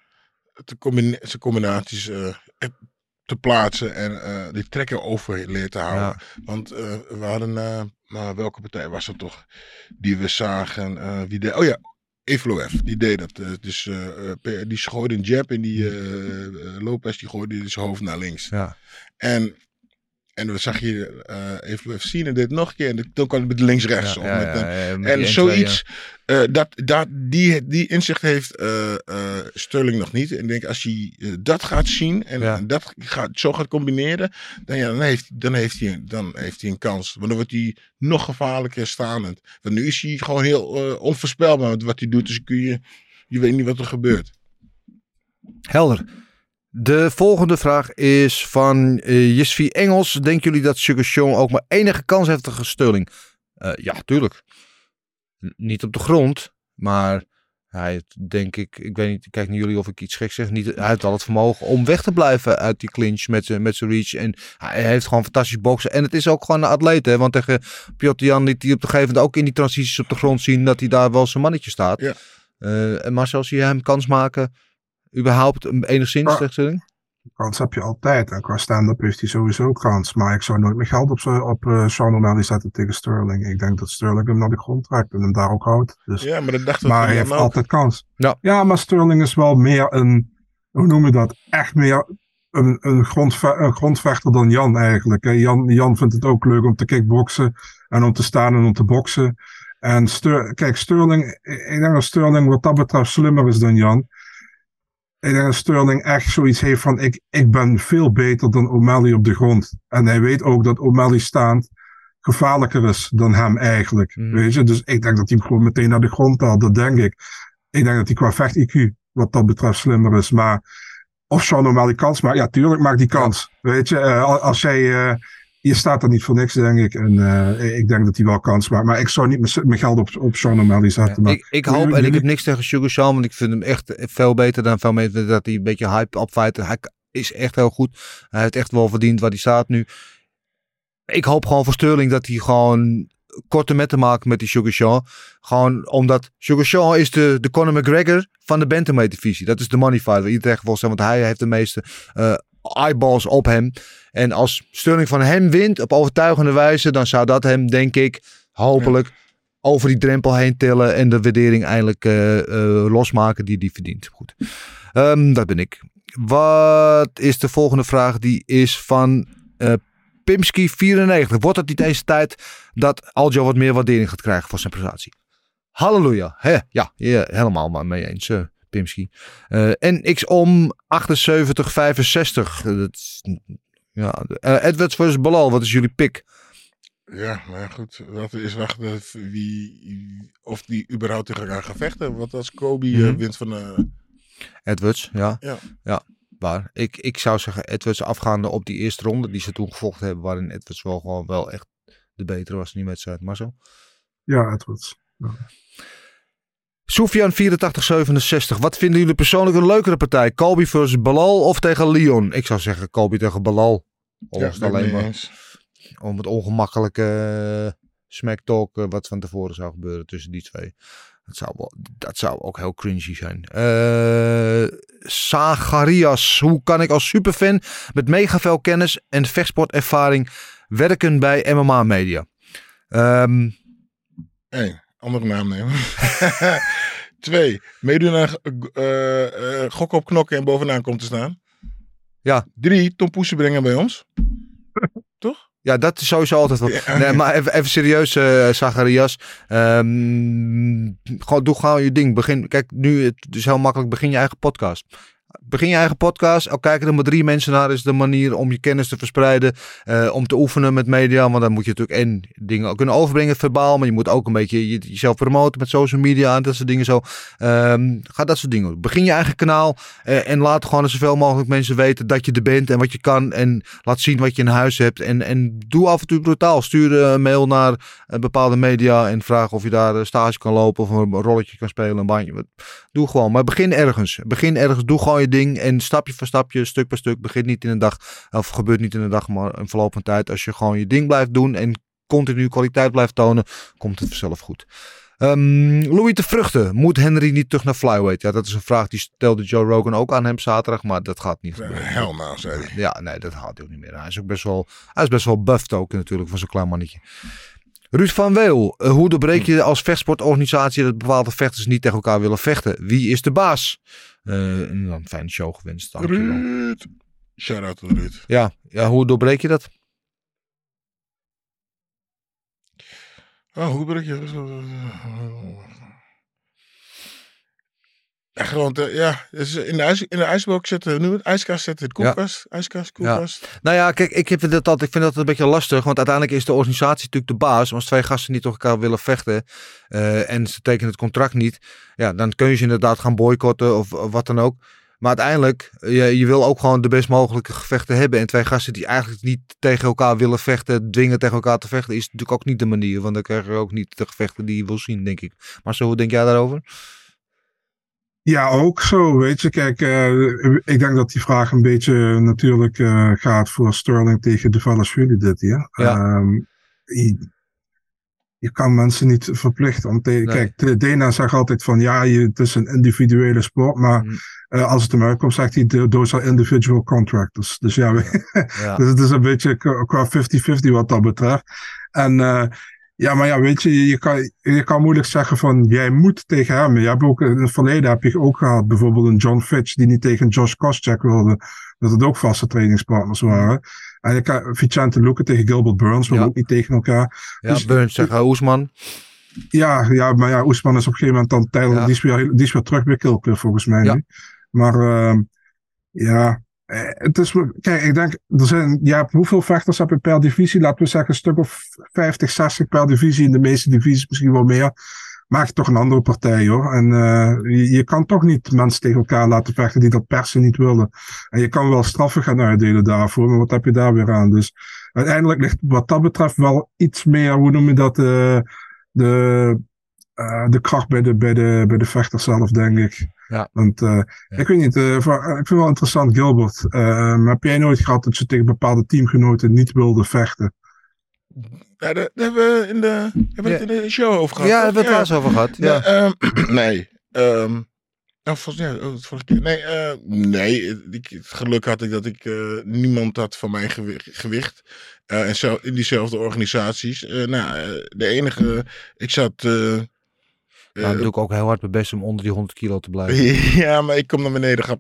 te combine- zijn combinaties uh, te plaatsen en uh, die trekken over leert te houden. Ja. Want uh, we hadden, uh, nou, welke partij was het toch, die we zagen, uh, wie deed, oh ja, Evloev, die deed dat. Uh, dus uh, die gooide een jab en die uh, uh, Lopez die gooide zijn hoofd naar links. Ja. En En we zag je uh, even zien en dit nog een keer. En toen kwam het met links-rechts. Ja, ja, ja, ja, ja, en zoiets, ja. uh, dat, dat, die, die inzicht heeft uh, uh, Sterling nog niet. En ik denk, als hij uh, dat gaat zien en ja. dat gaat, zo gaat combineren, dan, ja, dan, heeft, dan, heeft hij, dan heeft hij een kans. Want dan wordt hij nog gevaarlijker staand. Want nu is hij gewoon heel uh, onvoorspelbaar met wat hij doet. Dus kun je, je weet niet wat er gebeurt. Helder. De volgende vraag is van uh, Jesvi Engels. Denken jullie dat Sugar Sean ook maar enige kans heeft tegen Sterling? Uh, ja, tuurlijk. N- niet op de grond, maar hij denk ik, ik weet niet, ik kijk naar jullie of ik iets gek zeg. Niet, hij heeft wel het vermogen om weg te blijven uit die clinch met zijn met zijn reach. En hij heeft gewoon fantastisch boksen. En het is ook gewoon een atleet, hè? Want tegen Piotr Jan liet hij op een gegeven moment ook in die transities op de grond zien dat hij daar wel zijn mannetje staat. Ja. Uh, en Marcel, zie je hem kans maken? Überhaupt enigszins ja, tegen Sterling? Kans heb je altijd. En qua stand-up heeft hij sowieso kans. Maar ik zou nooit meer geld op, op uh, Sean O'Malley zetten tegen Sterling. Ik denk dat Sterling hem naar de grond trekt en hem daar ook houdt. Dus, ja, maar dat dacht maar hij heeft ook altijd kans. Ja. ja, maar Sterling is wel meer een, hoe noem je dat? Echt meer een, een, grondve- een grondvechter dan Jan eigenlijk. Hè. Jan, Jan vindt het ook leuk om te kickboksen en om te staan en om te boksen. En Ster- kijk, Sterling, ik denk dat Sterling wat dat betreft slimmer is dan Jan. Ik denk dat Sterling echt zoiets heeft van, ik, ik ben veel beter dan O'Malley op de grond. En hij weet ook dat O'Malley staand gevaarlijker is dan hem eigenlijk. Mm. Weet je? Dus ik denk dat hij hem gewoon meteen naar de grond haalt. Dat denk ik. Ik denk dat hij qua vecht-I Q wat dat betreft slimmer is. Maar of Sean O'Malley kans maakt. Ja, tuurlijk maakt die kans. Ja. Weet je, uh, als jij... Uh, je staat er niet voor niks, denk ik. En uh, ik denk dat hij wel kans maakt. Maar ik zou niet mijn geld op, op Sean O'Malley zetten. Ja, maar ik, ik hoop, jullie, en ik heb niks tegen Sugar Sean. Want ik vind hem echt veel beter dan veel mensen. Dat hij een beetje hype opfighter. Hij is echt heel goed. Hij heeft echt wel verdiend waar hij staat nu. Ik hoop gewoon voor Sterling dat hij gewoon korte metten maakt met die Sugar Sean. Gewoon omdat Sugar Sean is de, de Conor McGregor van de bantamweight divisie. Dat is de money fighter. Iedereen volgens hem, want hij heeft de meeste uh, eyeballs op hem. En als Sterling van hem wint op overtuigende wijze, dan zou dat hem, denk ik, hopelijk ja. over die drempel heen tillen en de waardering eindelijk uh, uh, losmaken die hij verdient. Goed. Um, dat ben ik. Wat is de volgende vraag? Die is van uh, Pimski vierennegentig. Wordt het niet eens tijd dat Aljo wat meer waardering gaat krijgen voor zijn prestatie? Halleluja. He, ja, ja, helemaal maar mee eens. Uh, Pimski. Uh, N X om achtenzeventig vijfenzestig. Dat is, ja, uh, Edwards versus Belal. Wat is jullie pick? Ja, maar goed. Dat is wachten wie, of die überhaupt tegen elkaar gaan vechten. Wat als Kobe mm-hmm. uh, wint van... Uh... Edwards, ja. Ja. ja. Waar. Ik, ik zou zeggen Edwards afgaande op die eerste ronde die ze toen gevochten hebben, waarin Edwards wel gewoon wel echt de betere was in die wedstrijd. Maar zo? Ja, Edwards. Ja. Soufiane vierentachtig zevenenzestig. Wat vinden jullie persoonlijk een leukere partij? Colby versus Belal of tegen Leon? Ik zou zeggen Colby tegen Belal. Of ja, het alleen maar eens. Om het ongemakkelijke uh, smacktalk uh, wat van tevoren zou gebeuren tussen die twee. Dat zou, wel, dat zou ook heel cringy zijn. Uh, Zacharias. Hoe kan ik als superfan met mega veel kennis en vechtsportervaring werken bij M M A Media? Um, Eén, andere naam nemen. Twee, meedoen aan uh, uh, gokken op knokken en bovenaan komt te staan. Ja. Drie, Tom Poesen brengen bij ons. Toch? Ja, dat is sowieso altijd wel. Ja. Nee, maar even, even serieus, uh, Zacharias. Um, gewoon, doe gewoon je ding. Begin, kijk, nu het is heel makkelijk. Begin je eigen podcast. Begin je eigen podcast. Al kijken er maar drie mensen naar. Is de manier om je kennis te verspreiden. Uh, om te oefenen met media. Want dan moet je natuurlijk en dingen kunnen overbrengen verbaal. Maar je moet ook een beetje je, jezelf promoten met social media. En dat soort dingen zo. Um, ga dat soort dingen doen. Begin je eigen kanaal. Uh, en laat gewoon zoveel mogelijk mensen weten dat je er bent. En wat je kan. En laat zien wat je in huis hebt. En, en doe af en toe brutaal. Stuur een mail naar uh, bepaalde media. En vraag of je daar stage kan lopen. Of een rolletje kan spelen. Een baantje. Doe gewoon. Maar begin ergens. Begin ergens. Doe gewoon je ding. En stapje voor stapje, stuk per stuk, begint niet in een dag, of gebeurt niet in een dag, maar een verloop van tijd. Als je gewoon je ding blijft doen en continu kwaliteit blijft tonen, komt het vanzelf goed. Um, Louis de Vruchten, moet Henry niet terug naar flyweight? Ja, dat is een vraag die stelde Joe Rogan ook aan hem zaterdag, maar dat gaat niet gebeuren. Hell no, zei hij. Ja, nee, dat gaat ook niet meer. Hij is ook best wel, hij is best wel buffed ook natuurlijk, van zo'n klein mannetje. Ruud van Weel, uh, hoe doorbreek je als vechtsportorganisatie dat bepaalde vechters niet tegen elkaar willen vechten? Wie is de baas? Uh, en dan fijne show gewenst. Ruud. Shout-out to Ruud. Ja, ja, hoe doorbreek je dat? Oh, hoe doorbreek je dat? Ja, gewoon, te, ja, dus in de, ijs, in de ijsblok zetten, nu het ijskast zetten, de koelkast, ja. ijskast, koelkast. Ja. Nou ja, kijk, ik, heb dat altijd, ik vind dat een beetje lastig, want uiteindelijk is de organisatie natuurlijk de baas. Als twee gasten niet tegen elkaar willen vechten uh, en ze tekenen het contract niet, ja, dan kun je ze inderdaad gaan boycotten of, of wat dan ook. Maar uiteindelijk, je, je wil ook gewoon de best mogelijke gevechten hebben. En twee gasten die eigenlijk niet tegen elkaar willen vechten, dwingen tegen elkaar te vechten, is natuurlijk ook niet de manier. Want dan krijg je ook niet de gevechten die je wil zien, denk ik. Maar zo, hoe denk jij daarover? Ja, ook zo, weet je. Kijk, uh, ik denk dat die vraag een beetje natuurlijk uh, gaat voor Sterling tegen Dvalishvili dit hier. Ja. Um, je, je kan mensen niet verplichten. Om te, nee. Kijk, Dana zegt altijd van ja, je, het is een individuele sport, maar mm. uh, als het hem uitkomt, zegt hij those are individual contractors. Dus ja, ja. ja. dus het is een beetje qua vijftig vijftig wat dat betreft. En uh, ja, maar ja, weet je, je kan, je kan moeilijk zeggen van, jij moet tegen hem. Je hebt ook, in het verleden heb je ook gehad, bijvoorbeeld een John Fitch, die niet tegen Josh Koscheck wilde, dat het ook vaste trainingspartners waren. En je kan Vicente Luque tegen Gilbert Burns, willen ja. ook niet tegen elkaar. Ja, dus, Burns tegen Oesman. Ja, ja, maar ja, Oesman is op een gegeven moment dan tijdelijk, ja. die, is weer, die is weer terug bij Kill Cliff volgens mij ja. nu. Maar, uh, ja... Uh, het is, kijk, ik denk, er zijn, ja, hoeveel vechters heb je per divisie? Laten we zeggen, een stuk of vijftig, zestig per divisie. In de meeste divisies misschien wel meer. Maak je toch een andere partij, hoor. En uh, je, je kan toch niet mensen tegen elkaar laten vechten die dat per se niet willen. En je kan wel straffen gaan uitdelen daarvoor, maar wat heb je daar weer aan? Dus uiteindelijk ligt wat dat betreft wel iets meer, hoe noem je dat, uh, de, uh, de kracht bij de, bij, de, bij de vechter zelf, denk ik. Ja. Want uh, ja. ik weet niet, uh, voor, ik vind het wel interessant, Gilbert. Uh, maar heb jij nooit gehad dat je tegen bepaalde teamgenoten niet wilde vechten? Ja, daar hebben we in de, hebben we ja. het in de show over gehad. Ja, hebben we het wel eens over gehad. Ja. Nee, um, nee. Um, oh, volgens, ja, oh, volgens, nee, uh, nee ik, het geluk had ik dat ik uh, niemand had van mijn gewicht. gewicht. Uh, en zo, in diezelfde organisaties. Uh, nou, uh, de enige, ik zat... Uh, Uh, nou, dan doe ik ook heel hard mijn best om onder die honderd kilo te blijven. Ja, maar ik kom naar beneden. Grap.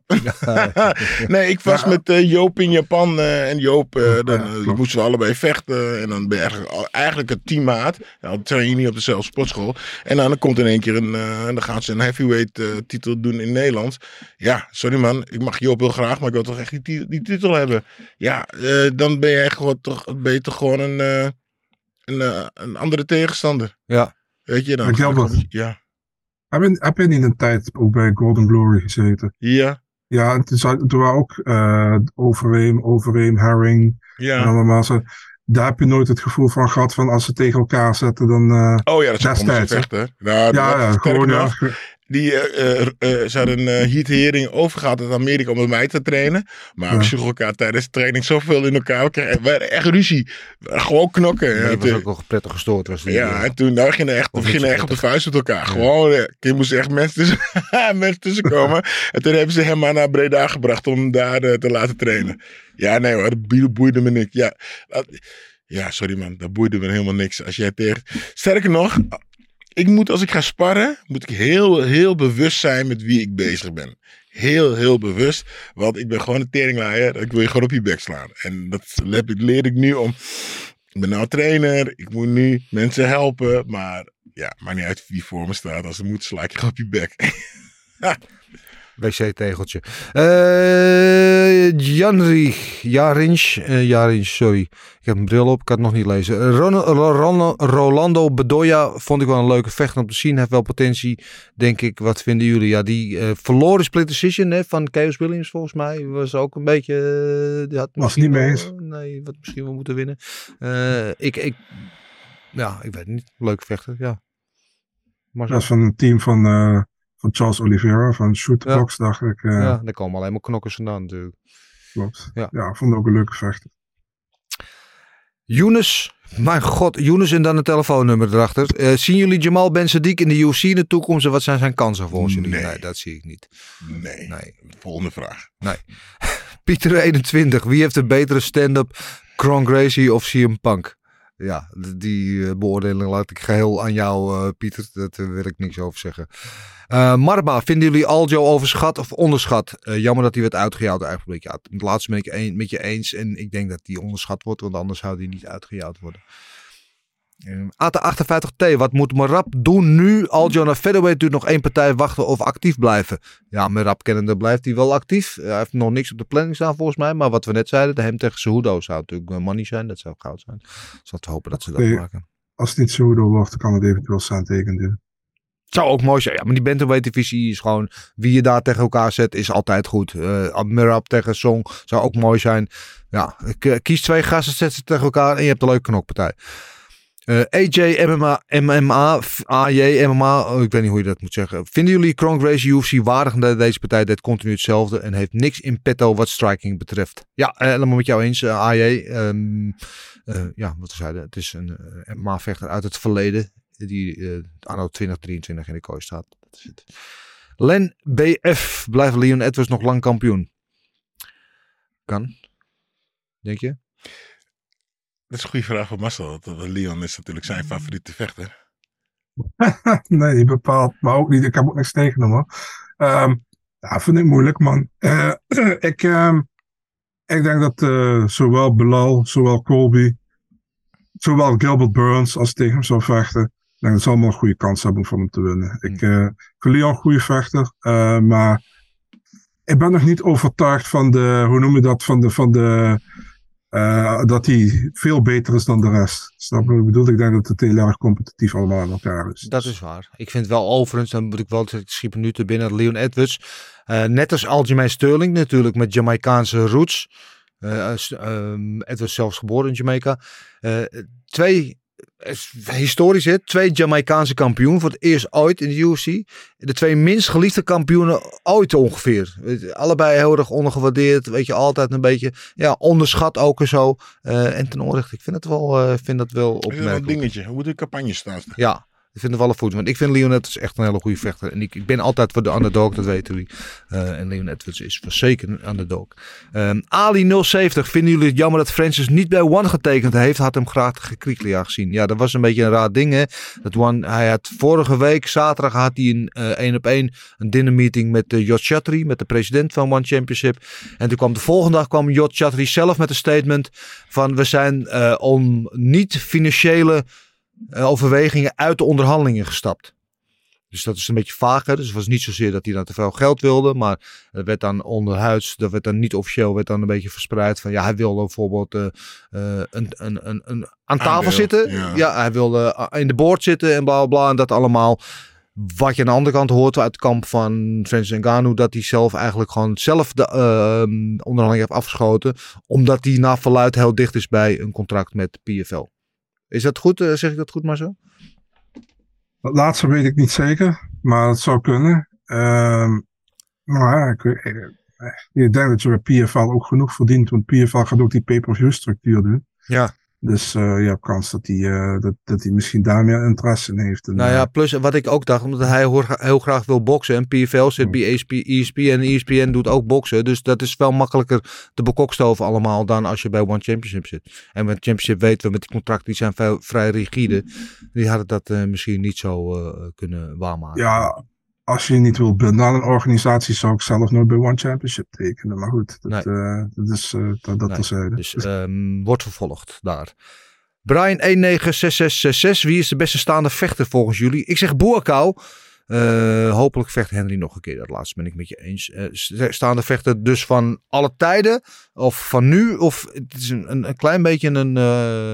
Nee, ik was ja. met uh, Joop in Japan. Uh, en Joop, uh, dan uh, moesten we allebei vechten. En dan ben je eigenlijk een teammaat. Ja, dan train je niet op dezelfde sportschool. En dan komt in één keer een... Uh, dan gaan ze een heavyweight uh, titel doen in Nederland. Ja, sorry man. Ik mag Joop heel graag. Maar ik wil toch echt die, die titel hebben. Ja, uh, dan ben je echt gewoon toch, ben je toch gewoon een, uh, een, uh, een andere tegenstander. Ja. Weet je dan? Gilbert. Ja. Heb je, heb je niet een tijd ook bij Golden Glory gezeten? Ja. Ja, en toen, toen waren ook uh, Overeem, Overeem, Herring. Ja. En allemaal zo. Daar heb je nooit het gevoel van gehad van als ze tegen elkaar zetten, dan uh, oh ja, dat is gewoon een vechten. Nou, ja, ja, gewoon ja. Die, uh, uh, uh, ze hadden uh, Heath Hering overgehaald uit Amerika om met mij te trainen. Maar ja. we sloegen elkaar tijdens de training zoveel in elkaar. We kregen we echt ruzie. Gewoon knokken. Ja, dat was ook wel prettig gestoord. Was die, ja, uh, en toen nou, we gingen echt, we gingen echt op de vuist met elkaar. Ja. Gewoon, uh, er moesten echt mensen tussen, mensen tussen komen. En toen hebben ze hem maar naar Breda gebracht om hem daar uh, te laten trainen. Ja, nee hoor, dat boeide me niks. Ja, dat, ja, sorry man, dat boeide me helemaal niks. Als jij tegen... Sterker nog... Ik moet, als ik ga sparren, moet ik heel, heel bewust zijn met wie ik bezig ben. Heel, heel bewust. Want ik ben gewoon een teringlaaier. Ik wil je gewoon op je bek slaan. En dat leer ik nu om. Ik ben nou trainer. Ik moet nu mensen helpen. Maar ja, maakt niet uit wie voor me staat. Als het moet, sla ik je gewoon op je bek. W C-tegeltje. Uh, Janri, Jarinch, uh, Jarinch, sorry. Ik heb mijn bril op, ik kan het nog niet lezen. Ron, Ron, Rolando Bedoya vond ik wel een leuke vechter om te zien. Hij heeft wel potentie, denk ik. Wat vinden jullie? Ja, die uh, verloren split decision hè, van Chaos Williams volgens mij. Was ook een beetje... Uh, die had was niet mee eens. Nee, wat misschien wel moeten winnen. Uh, ik, ik, ja, ik weet het niet. Leuke vechter, ja. Maar dat is van een team van... Uh... Van Charles Oliveira, van Shootbox, ja. dacht ik. Uh, ja, daar komen alleen maar knokkers vandaan natuurlijk. Klopt. Ja, ja ik vond het ook een leuke vechter. Younes, mijn god, Younes en dan een telefoonnummer erachter. Uh, zien jullie Jamal Ben Sadiq in de U F C in de toekomst en wat zijn zijn kansen volgens jullie? Nee. Nee, dat zie ik niet. Nee. nee. Volgende vraag. Nee. Pieter eenentwintig, wie heeft een betere stand-up, Kron Gracie of C M Punk? Ja, die uh, beoordeling laat ik geheel aan jou, uh, Pieter. Daar uh, wil ik niks over zeggen. Uh, Marba, vinden jullie Aljo overschat of onderschat? Uh, jammer dat hij werd uitgejouwd eigenlijk. Ja, het laatste ben ik een, met je eens. En ik denk dat hij onderschat wordt, want anders zou hij niet uitgejouwd worden. Uh, A T achtenvijftig T, wat moet Merab doen nu? Aljo naar featherweight duurt nog één partij wachten of actief blijven. Ja, Merab kennende blijft hij wel actief. Uh, hij heeft nog niks op de planning staan volgens mij. Maar wat we net zeiden, de hem tegen Cejudo zou natuurlijk money zijn. Dat zou goud zijn. Dus laten we hopen dat ze dat nee, maken. Als het niet Cejudo wordt, kan het eventueel staan tekenen. Zou ook mooi zijn. Ja, maar die bantamweight divisie is gewoon... Wie je daar tegen elkaar zet, is altijd goed. Uh, Merab tegen Song zou ook mooi zijn. Ja, kies twee gasten, zet ze tegen elkaar en je hebt een leuke knokpartij. Uh, A J, M M A, M M A, A J, M M A, oh, ik weet niet hoe je dat moet zeggen. Vinden jullie Kron Gracie U F C waardig? Deze partij deed continu hetzelfde en heeft niks in petto wat striking betreft. Ja, helemaal met jou eens, uh, A J. Um, uh, ja, wat we zeiden, het is een uh, M M A-vechter uit het verleden. Die uh, anno twintig drieëntwintig in de kooi staat. Dat is het. Len B F, blijft Leon Edwards nog lang kampioen? Kan. Denk je? Dat is een goede vraag van Marcel. Leon is natuurlijk zijn favoriete vechter. Nee, niet bepaald. Maar ook niet. Ik heb ook niks tegen hem hoor. Um, ja, vind ik moeilijk man. Uh, ik, um, ik denk dat uh, zowel Belal, zowel Colby, zowel Gilbert Burns als tegen hem zou vechten. Ik denk dat ze allemaal een goede kans hebben om van hem te winnen. Ik uh, vind Leon een goede vechter. Uh, maar ik ben nog niet overtuigd van de, hoe noem je dat, van de, van de, uh, dat hij veel beter is dan de rest. Snap je wat ik bedoel? Ik denk dat het heel erg competitief allemaal aan elkaar is. Dat is waar. Ik vind wel overigens, dan moet ik wel, ik schiep hem nu te binnen, Leon Edwards. Uh, net als Aljamain Sterling natuurlijk met Jamaicaanse roots. Uh, um, Edwards zelfs geboren in Jamaica. Uh, twee... Historisch, hè? Twee Jamaicaanse kampioen voor het eerst ooit in de U F C. De twee minst geliefde kampioenen ooit ongeveer. Allebei heel erg ondergewaardeerd. Weet je, altijd een beetje ja, onderschat ook en zo. Uh, en ten onrechte, ik vind het wel, uh, vind dat wel opmerkelijk. Dat is een dingetje. Hoe de campagne staat. Ja. Ik vind het wel een voet. Want ik vind Leon Edwards echt een hele goede vechter. En ik, ik ben altijd voor de underdog, dat weten jullie. Uh, en Leon Edwards is voor zeker een underdog. Um, Ali nul zeventig. Vinden jullie het jammer dat Francis niet bij One getekend heeft? Had hem graag gekriklia gezien. Ja, dat was een beetje een raar ding, hè. Dat One, hij had vorige week, zaterdag, had hij een één op één een dinner meeting met uh, Yod Chatri, met de president van One Championship. En toen kwam de volgende dag kwam Yod Chatri zelf met een statement van we zijn uh, om niet financiële Uh, overwegingen uit de onderhandelingen gestapt. Dus dat is een beetje vaag. Hè? Dus het was niet zozeer dat hij dan te veel geld wilde. Maar dat werd dan onderhuids. Dat werd dan niet officieel. Werd dan een beetje verspreid. Van ja, hij wilde bijvoorbeeld uh, uh, een, een, een, een, aan tafel Aandeel, zitten. Ja. ja, hij wilde in de board zitten en bla bla. En dat allemaal. Wat je aan de andere kant hoort uit het kamp van Francis Ngannou. Dat hij zelf eigenlijk gewoon zelf de uh, onderhandeling heeft afgeschoten. Omdat hij na verluid heel dicht is bij een contract met P F L. Is dat goed? Uh, zeg ik dat goed maar zo? Dat laatste weet ik niet zeker, maar het zou kunnen. Uh, maar ja, ik, ik, ik denk dat je bij P F L ook genoeg verdient, want P F L gaat ook die pay-per-view structuur doen. Ja. Dus uh, je hebt kans dat hij, uh, dat, dat hij misschien daar meer interesse in heeft. En, nou ja, plus wat ik ook dacht, omdat hij heel, heel graag wil boksen. En P F L zit bij E S P N en E S P N doet ook boksen. Dus dat is veel makkelijker te bekokstoven allemaal dan als je bij One Championship zit. En met Championship weten we met die contracten, die zijn veel, vrij rigide. Die hadden dat uh, misschien niet zo uh, kunnen waarmaken. Ja, als je niet wilt binden aan een organisatie, zou ik zelf nooit bij One Championship tekenen. Maar goed, dat, nee. uh, dat is uh, dat, dat nee. terzijde. Dus um, wordt vervolgd daar. Brian een negen zes zes zes zes. Wie is de beste staande vechter volgens jullie? Ik zeg Buakaw. Uh, hopelijk vecht Henry nog een keer. Dat laatste ben ik met je eens. Uh, staande vechter dus van alle tijden? Of van nu? Of het is een, een, een klein beetje een uh,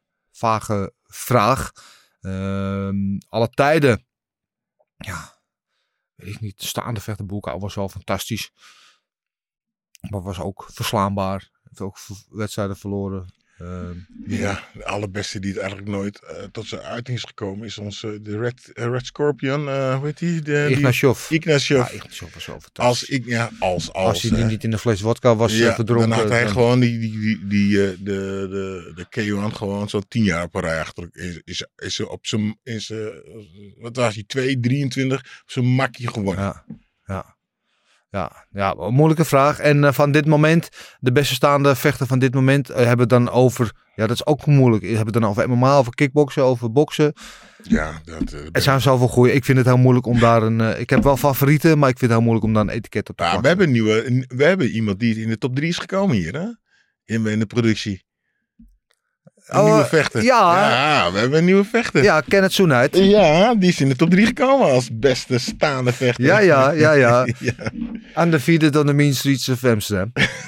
vage vraag. Uh, alle tijden. Ja. Weet ik niet, de staande vechter Buakaw was wel fantastisch. Maar was ook verslaanbaar. Heeft ook wedstrijden verloren. Uh, ja, de allerbeste die het eigenlijk nooit uh, tot zijn uiting is gekomen is onze de Red, uh, Red Scorpion. Uh, hoe heet die? De, Ignashov. Ignashov. Ja, Ignashov was zo fantastisch. Als, ik, ja, als, als, als hij die niet in de fles vodka was ja, verdronken. Dan had hij dan... gewoon die, die, die, die, uh, de, de, de K O gewoon zo'n tien jaar op een rij achter. Is, is, is op zijn, is, uh, wat was hij, twee drieëntwintig op zijn makkie gewonnen. Ja, ja. Ja, ja, een moeilijke vraag. En uh, van dit moment, de beste staande vechter van dit moment, uh, hebben we dan over, ja dat is ook moeilijk, hebben we dan over M M A, over kickboksen, over boksen. Ja, dat... Uh, er zijn zoveel goeie. Ik vind het heel moeilijk om daar een, uh, ik heb wel favorieten, maar ik vind het heel moeilijk om daar een etiket op te plakken. Ja, we hebben, een nieuwe, we hebben iemand die in de top drie is gekomen hier, hè? In, in de productie. Een oh, nieuwe vechter. Ja. ja, we hebben een nieuwe vechter. Ja, Kenneth Soenheid. Ja, die is in de top drie gekomen als beste staande vechter. Ja, ja, ja, ja. ja. Undefeated on the mean streets of Amsterdam.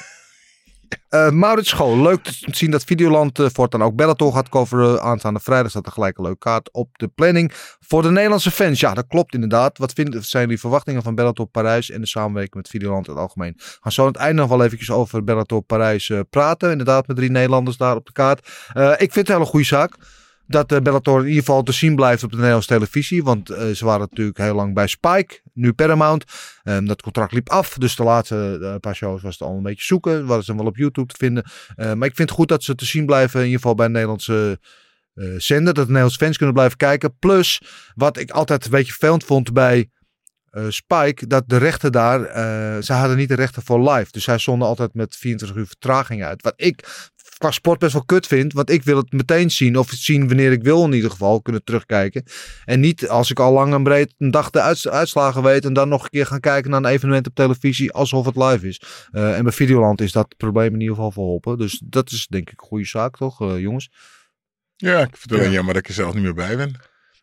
uh, Maurits School, leuk te zien dat Videoland uh, voortaan ook Bellator gaat coveren. Aanstaande vrijdag staat er gelijk een leuke kaart op de planning. Voor de Nederlandse fans, ja dat klopt inderdaad. Wat vinden, zijn die verwachtingen van Bellator Parijs en de samenwerking met Videoland in het algemeen? We gaan zo aan het einde nog wel eventjes over Bellator Parijs uh, praten. Inderdaad met drie Nederlanders daar op de kaart. Uh, ik vind het een hele goede zaak. Dat uh, Bellator in ieder geval te zien blijft op de Nederlandse televisie. Want uh, ze waren natuurlijk heel lang bij Spike. Nu Paramount. Um, dat contract liep af. Dus de laatste uh, paar shows was het al een beetje zoeken. Waren ze wel op YouTube te vinden. Uh, maar ik vind het goed dat ze te zien blijven. In ieder geval bij een Nederlandse uh, zender. Dat de Nederlandse fans kunnen blijven kijken. Plus wat ik altijd een beetje vervelend vond bij uh, Spike. Dat de rechten daar. Uh, ze hadden niet de rechten voor live. Dus zij zonden altijd met vierentwintig uur vertraging uit. Wat ik qua sport best wel kut vind. Want ik wil het meteen zien. Of het zien wanneer ik wil in ieder geval. Kunnen terugkijken. En niet als ik al lang en breed een dag de uits- uitslagen weet. En dan nog een keer gaan kijken naar een evenement op televisie. Alsof het live is. Uh, en bij Videoland is dat probleem in ieder geval verholpen. Dus dat is denk ik een goede zaak toch uh, jongens? Ja, ik vind het alleen ja. jammer dat ik er zelf niet meer bij ben.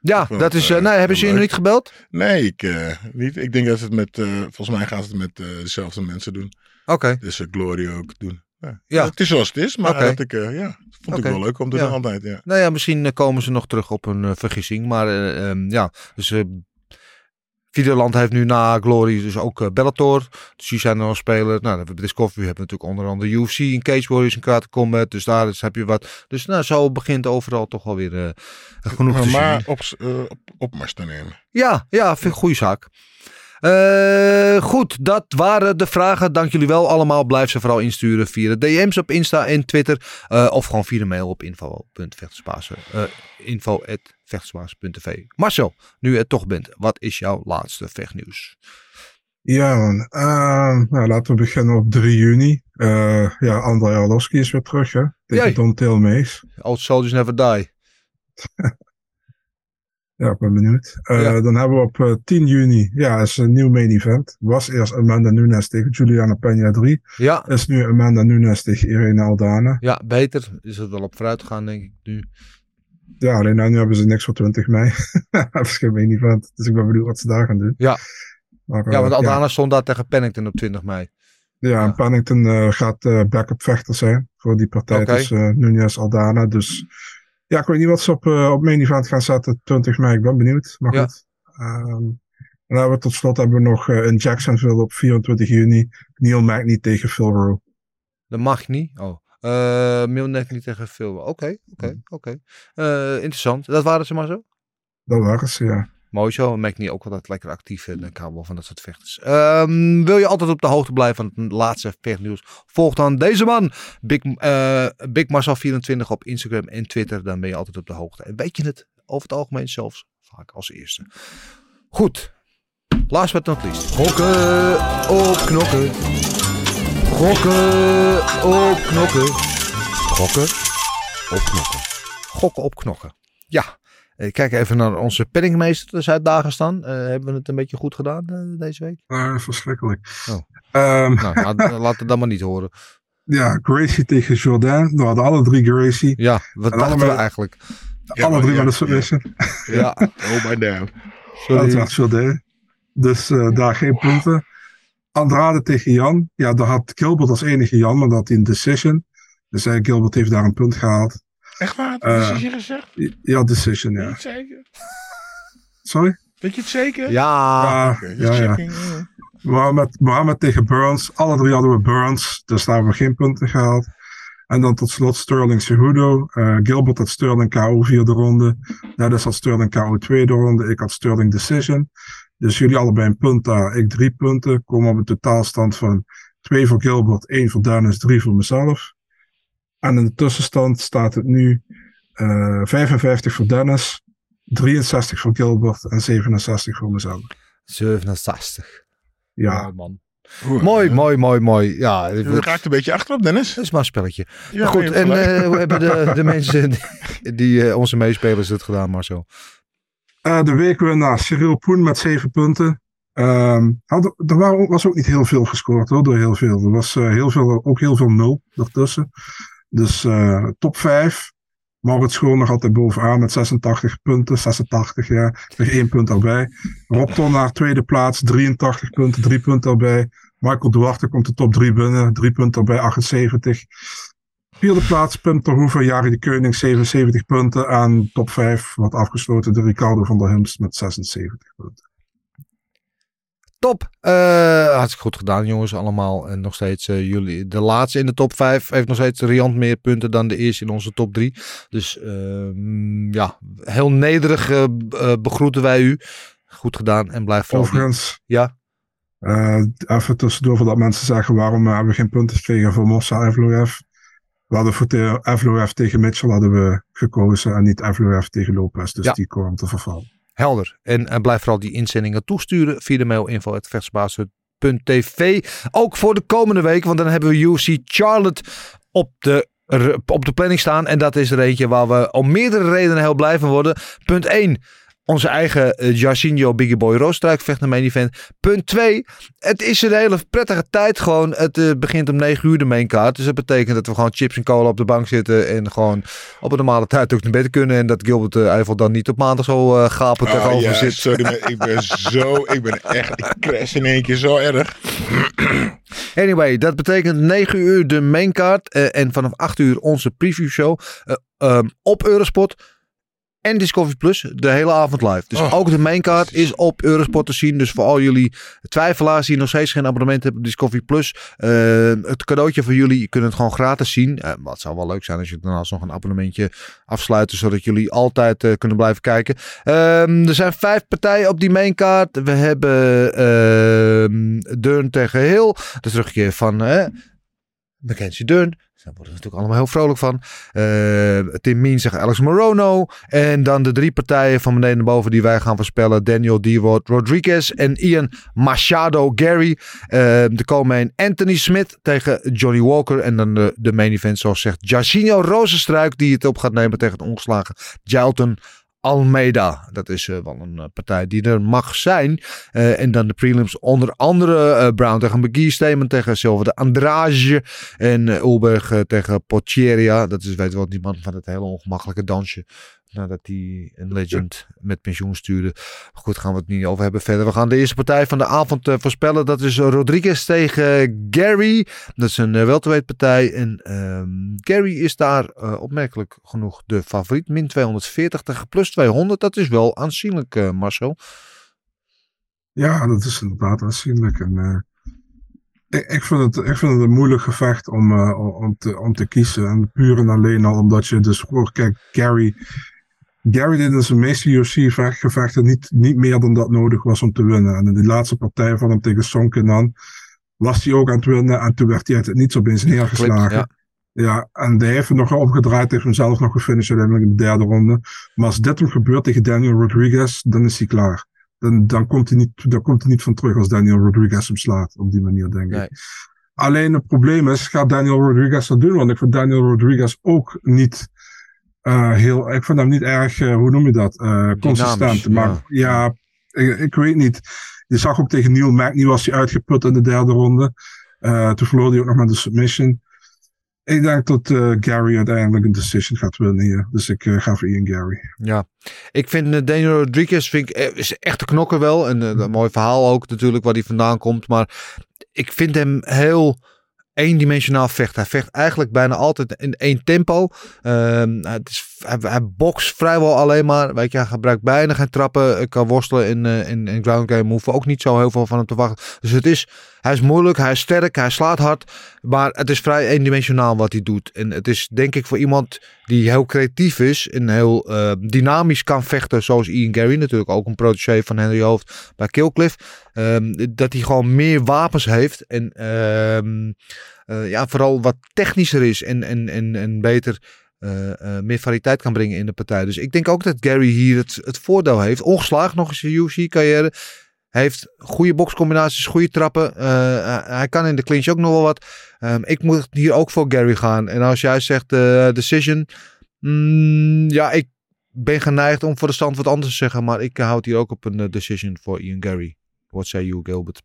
Ja, Ik dat het, is... uh, Uh, nee, hebben ze je nog niet gebeld? Nee, ik, uh, niet. ik denk dat ze het met... Uh, volgens mij gaan ze het met uh, dezelfde mensen doen. Oké. Okay. Dus uh, Glory ook doen. Ja. Ja. Het is zoals het is, maar okay. dat ik, uh, ja, dat vond okay. ik wel leuk om te ja. doen altijd. Ja. Nou ja, misschien uh, komen ze nog terug op een uh, vergissing. Maar uh, um, ja, dus... Uh, Videoland heeft nu na Glory dus ook uh, Bellator. Dus die zijn er al spelen. Nou, dan hebben we Discovery. We hebben natuurlijk onder andere U F C en Cage Warriors en Karate Combat. Dus daar dus heb je wat. Dus nou, zo begint overal toch wel weer uh, genoeg maar te maar zien. Op, uh, op, opmars te nemen. Ja, ja, vind ik een goede zaak. Uh, goed, dat waren de vragen. Dank jullie wel allemaal. Blijf ze vooral insturen via de D M's op Insta en Twitter. Uh, of gewoon via de mail op info punt vechtersbazen. Uh, info at vechtersbazen punt t v. Marcel, nu je het toch bent. Wat is jouw laatste vechtnieuws? Ja, man. Uh, nou, laten we beginnen op drie juni. Uh, ja, Andrei Arlovski is weer terug, hè? Tegen Don'Tale Mace. Old soldiers never die. Ja, ik ben benieuwd. Uh, ja. Dan hebben we op uh, tien juni, ja, is een nieuw main event. Was eerst Amanda Nunes tegen Juliana Peña drie. Ja. Is nu Amanda Nunes tegen Irene Aldana. Ja, beter. Is het wel op vooruit gegaan, denk ik, nu. Ja, alleen nou, nu hebben ze niks voor twintig mei. Dat is geen main event. Dus ik ben benieuwd wat ze daar gaan doen. Ja, maar, uh, ja want Aldana ja. stond daar tegen Pennington op twintig mei. Ja, ja. En Pennington uh, gaat uh, backup vechter zijn voor die partij okay. tussen uh, Nunes en Aldana. Dus... Ja, ik weet niet wat ze op, uh, op main event gaan zetten, twintig mei. Ik ben benieuwd. Maar ja. goed. Um, en dan hebben we tot slot hebben we nog uh, in Jacksonville op vierentwintig juni Neil Magny tegen Phil Rowe. Dat mag niet? Oh. Uh, Neil Magny tegen Phil Rowe. Oké, oké, oké. Interessant. Dat waren ze maar zo? Dat waren ze, ja. Mooi zo. Magny ook altijd lekker actief in de kabel van dat soort vechters. Um, wil je altijd op de hoogte blijven van het laatste vechtnieuws? Volg dan deze man. Big, uh, Big Marcel vierentwintig op Instagram en Twitter. Dan ben je altijd op de hoogte. En weet je het over het algemeen zelfs vaak als eerste. Goed. Last but not least. Gokken op knokken. Gokken op knokken. Gokken op knokken. Gokken op knokken. Ja. Kijk even naar onze penningmeester uit Dagestan. Uh, hebben we het een beetje goed gedaan uh, deze week? Uh, verschrikkelijk. Oh. Um, nou, laat, laat het dan maar niet horen. Ja, Gracie tegen Jourdain. We hadden alle drie Gracie. Ja, wat dachten allemaal, we eigenlijk? Alle ja, drie met een submission. Ja. ja. Oh my damn. Sorry. Dat was Jourdain. Dus uh, daar geen punten. Andrade tegen Jan. Ja, daar had Gilbert als enige Jan, maar dat had hij een decision. Dus uh, Gilbert heeft daar een punt gehaald. Echt waar? Dat uh, is je gezegd? Ja, decision, ja. Weet je het zeker? Sorry? Weet je het zeker? Ja. Ja, okay, ja, ja. ja. Mohammed, Mohammed tegen Burns. Alle drie hadden we Burns. Dus daar hebben we geen punten gehaald. En dan tot slot Sterling Cejudo. Uh, Gilbert had Sterling K O vierde ronde. Dennis had Sterling K O tweede ronde. Ik had Sterling decision. Dus jullie allebei een punt daar. Ik drie punten. Komen op een totaalstand van twee voor Gilbert, één voor Dennis, drie voor mezelf. En in de tussenstand staat het nu uh, vijfenvijftig voor Dennis, drieënzestig voor Gilbert en zevenenzestig voor mezelf. zevenenzestig. Ja. Oh, man. Oeh, mooi, ja. mooi, mooi, mooi. Ja, je raakt een beetje achterop, Dennis. Dat is maar een spelletje. Ja, goed, en uh, hoe hebben de, de mensen die, die uh, onze meespelers het gedaan, Marcel? Uh, de weekwinnaar Cyril Poen met zeven punten. Um, had, er waren, was ook niet heel veel gescoord hoor, door heel veel. Er was uh, heel veel, ook heel veel nul ertussen. Dus uh, top vijf. Maurits Schoon nog altijd bovenaan met zesentachtig punten. zesentachtig, ja. Nog één punt erbij. Rob Tonnaar tweede plaats, drieëntachtig punten, drie punten erbij. Michael Duarte komt de top drie binnen, drie punten erbij, achtenzeventig. Vierde plaats, Pim Terhoeven, Jari de Keuning, zevenenzeventig punten. En top vijf wordt afgesloten door Ricardo van der Humst met zesenzeventig punten. Top. Uh, hartstikke goed gedaan, jongens, allemaal. En nog steeds uh, jullie. De laatste in de top vijf heeft nog steeds riant meer punten dan de eerste in onze top drie. Dus uh, ja, heel nederig uh, uh, begroeten wij u. Goed gedaan en blijf vooral. Overigens. Ja. Uh, even tussendoor voordat mensen zeggen waarom uh, hebben we geen punten gekregen voor Mossa Evloev. We hadden voor de Evloev tegen Mitchell hadden we gekozen en niet Evloev tegen Lopez. Dus ja. Die kwam te vervallen. Helder. En uh, blijf vooral die inzendingen toesturen via de mail info at vechtersbazen punt t v. Ook voor de komende week, want dan hebben we U F C Charlotte op de, op de planning staan. En dat is er eentje waar we om meerdere redenen heel blij van worden. Punt één. onze eigen uh, Jairzinho Biggie Boy Roosstruik vecht naar main event. Punt twee. Het is een hele prettige tijd gewoon. Het uh, begint om negen uur de maincard. Dus dat betekent dat we gewoon chips en cola op de bank zitten. En gewoon op een normale tijd ook naar bed kunnen. En dat Gilbert uh, Eiffel dan niet op maandag zo uh, gapend oh, tegenover ja, zit. Sorry, maar ik ben zo... Ik ben echt... Ik crash in één keer zo erg. Anyway, dat betekent negen uur de maincard. Uh, en vanaf acht uur onze preview show. Uh, um, op Eurosport. En Discovery Plus, de hele avond live. Dus oh. ook de maincard is op Eurosport te zien. Dus voor al jullie twijfelaars die nog steeds geen abonnement hebben op Discovery Plus. Uh, het cadeautje voor jullie, je kunt het gewoon gratis zien. Uh, wat zou wel leuk zijn als je daarnaast nog een abonnementje afsluiten. Zodat jullie altijd uh, kunnen blijven kijken. Uh, er zijn vijf partijen op die maincard. We hebben uh, Dern tegen Hill. De terugkeer van uh, Mackenzie Dern. Daar worden we natuurlijk allemaal heel vrolijk van. Uh, Tim Means tegen Alex Morono. En dan de drie partijen van beneden naar boven die wij gaan voorspellen. Daniel Deward Rodriguez en Ian Machado Gary. Uh, de co-main Anthony Smith tegen Johnny Walker. En dan de, de main event zoals zegt Jairzinho Rozenstruik die het op gaat nemen tegen het ongeslagen Jailton Almeida. Dat is uh, wel een uh, partij die er mag zijn. Uh, en dan de prelims onder andere uh, Brown tegen McGee, Stamen tegen Silva de Andrade en uh, Ulberg uh, tegen Pocheria. Dat is, weet wel, die man van het hele ongemakkelijke dansje. Nadat hij een legend met pensioen stuurde. Goed, gaan we het niet over hebben verder. We gaan de eerste partij van de avond uh, voorspellen. Dat is Rodriguez tegen Gary. Dat is een uh, welterweightpartij. En um, Gary is daar uh, opmerkelijk genoeg de favoriet. Min tweehonderdveertig tegen plus tweehonderd. Dat is wel aanzienlijk, uh, Marcel. Ja, dat is inderdaad aanzienlijk. En, uh, ik, ik, vind het, ik vind het een moeilijk gevecht om, uh, om, te, om te kiezen. En puur en alleen al omdat je dus... Oh, kijk, Gary... Gary deed in zijn meeste U F C-gevechten niet, niet meer dan dat nodig was om te winnen. En in die laatste partij van hem tegen Sonkenan was hij ook aan het winnen. En toen werd hij uit het niets opeens neergeslagen. Ja. ja, en hij heeft hem nog omgedraaid, heeft hem zelf nog gefinished uiteindelijk in de derde ronde. Maar als dit hem gebeurt tegen Daniel Rodriguez, dan is hij klaar. Dan, dan, komt hij niet, dan komt hij niet van terug als Daniel Rodriguez hem slaat. Op die manier, denk ik. Nee. Alleen het probleem is, gaat Daniel Rodriguez dat doen? Want ik vind Daniel Rodriguez ook niet... Uh, heel, ik vind hem niet erg, uh, hoe noem je dat, uh, consistent. Maar ja, ja ik, ik weet niet. Je zag ook tegen Neil Magny was hij uitgeput in de derde ronde. Uh, toen verloor hij ook nog met de submission. Ik denk dat uh, Gary uiteindelijk een decision gaat winnen hier. Dus ik uh, ga voor Ian Gary. Ja, ik vind uh, Daniel Rodriguez vind ik, uh, is echt een knokker wel. En uh, een mooi verhaal ook natuurlijk waar hij vandaan komt. Maar ik vind hem heel... eendimensionaal vecht. Hij vecht eigenlijk bijna altijd in één tempo. Um, het is, hij, hij bokst vrijwel alleen maar. Weet je, hij gebruikt bijna geen trappen. Kan worstelen in, uh, in, in ground game. We hoeven ook niet zo heel veel van hem te wachten. Dus het is, hij is moeilijk, hij is sterk, hij slaat hard. Maar het is vrij eendimensionaal wat hij doet. En het is denk ik voor iemand die heel creatief is en heel uh, dynamisch kan vechten. Zoals Ian Gary natuurlijk. Ook een protégé van Henry Hooft bij Killcliff. Um, dat hij gewoon meer wapens heeft. En um, uh, ja, vooral wat technischer is. En, en, en, en beter uh, uh, meer variëteit kan brengen in de partij. Dus ik denk ook dat Gary hier het, het voordeel heeft. Ongeslagen nog eens een U F C-carrière. Hij heeft goede bokscombinaties, goede trappen. Uh, hij kan in de clinch ook nog wel wat. Um, ik moet hier ook voor Gary gaan. En als jij zegt uh, decision. Mm, ja, ik ben geneigd om voor de stand wat anders te zeggen. Maar ik houd hier ook op een uh, decision voor Ian Gary. What say you, Gilbert?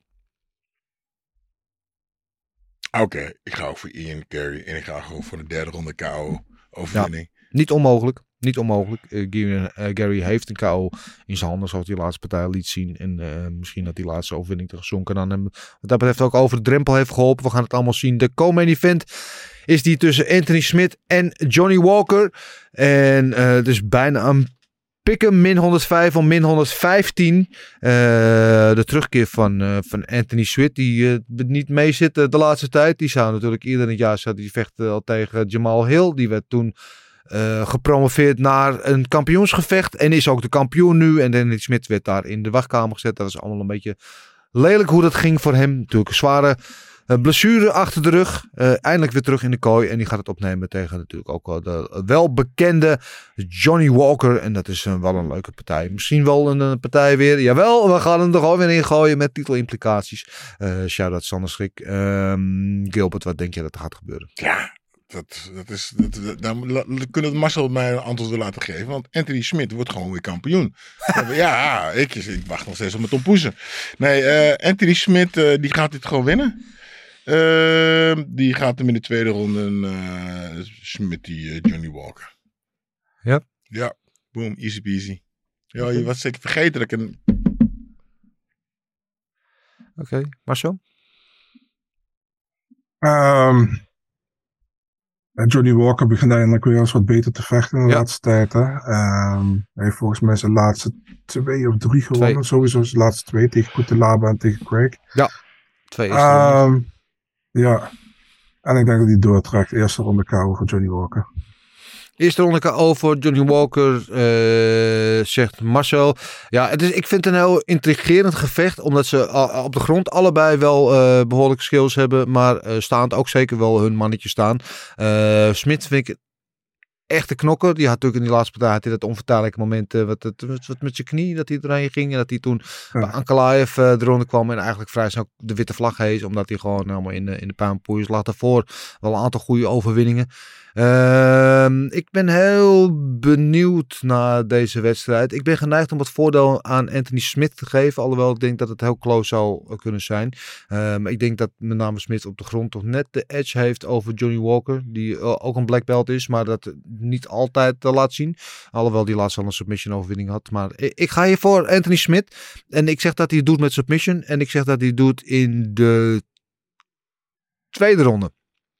Oké, okay, ik ga ook voor Ian Gary. En ik ga gewoon voor de derde ronde K O overwinning. Ja, niet onmogelijk. Niet onmogelijk. Uh, Gary, uh, Gary heeft een K O in zijn handen, zoals die laatste partij liet zien. En uh, misschien dat die laatste overwinning te gezonken aan hem. Wat dat betreft ook over de drempel heeft geholpen. We gaan het allemaal zien. De co-main event is die tussen Anthony Smith en Johnny Walker. En uh, dus bijna een pikken. Min honderdvijf om min honderdvijftien. Uh, de terugkeer van, uh, van Anthony Smith. Die uh, niet mee zit uh, de laatste tijd. Die zou natuurlijk eerder in het jaar zat, die vecht uh, al tegen Jamal Hill. Die werd toen... Uh, gepromoveerd naar een kampioensgevecht. En is ook de kampioen nu. En Danny Smith werd daar in de wachtkamer gezet. Dat is allemaal een beetje lelijk hoe dat ging voor hem. Natuurlijk een zware uh, blessure achter de rug. Uh, eindelijk weer terug in de kooi. En die gaat het opnemen tegen natuurlijk ook wel de welbekende Johnny Walker. En dat is uh, wel een leuke partij. Misschien wel een, een partij weer. Jawel, we gaan hem er gewoon weer in gooien met titelimplicaties. Uh, Shout-out Sander Schrik. Um, Gilbert, wat denk je dat er gaat gebeuren? Ja. dat, dat is, dat, dan kunnen we Marcel mij een antwoord laten geven. Want Anthony Smith wordt gewoon weer kampioen. Ja, ik, ik wacht nog steeds op mijn Tom Poesen. Nee, uh, Anthony Smith uh, die gaat dit gewoon winnen. Uh, die gaat hem in de tweede ronde uh, Smith die uh, Johnny Walker. Ja? Ja, boom, easy peasy. Ja, je was zeker vergeten dat ik een... Oké, okay. Marcel? Um, Johnny Walker begint eindelijk weer eens wat beter te vechten in de ja. laatste tijd. Hè? Um, hij heeft volgens mij zijn laatste twee of drie gewonnen. Twee. Sowieso zijn laatste twee tegen Kutelaba en tegen Craig. Ja, twee is um, Ja, en ik denk dat hij doortrekt. Eerste ronde K O voor Johnny Walker. Eerste ronde K O voor Johnny Walker, uh, zegt Marcel. Ja, het is, ik vind het een heel intrigerend gevecht. Omdat ze uh, op de grond allebei wel uh, behoorlijk skills hebben. Maar uh, staand ook zeker wel hun mannetje staan. Uh, Smith vind ik echt een knokker. Die had natuurlijk in die laatste partij had hij dat onvertuidelijke moment uh, wat, wat, wat met zijn knie dat hij erheen ging. En dat hij toen ja. bij Ankalaev uh, eronder kwam en eigenlijk vrij snel de witte vlag hees. Omdat hij gewoon helemaal in de, in de puinpoei is. Laat daarvoor wel een aantal goede overwinningen. Uh, ik ben heel benieuwd naar deze wedstrijd. Ik ben geneigd om het voordeel aan Anthony Smith te geven. Alhoewel ik denk dat het heel close zou kunnen zijn. Uh, maar ik denk dat met name Smith op de grond toch net de edge heeft over Johnny Walker. Die uh, ook een black belt is. Maar dat niet altijd uh, laat zien. Alhoewel die laatst al een submission overwinning had. Maar ik, ik ga hier voor Anthony Smith. En ik zeg dat hij het doet met submission. En ik zeg dat hij het doet in de tweede ronde.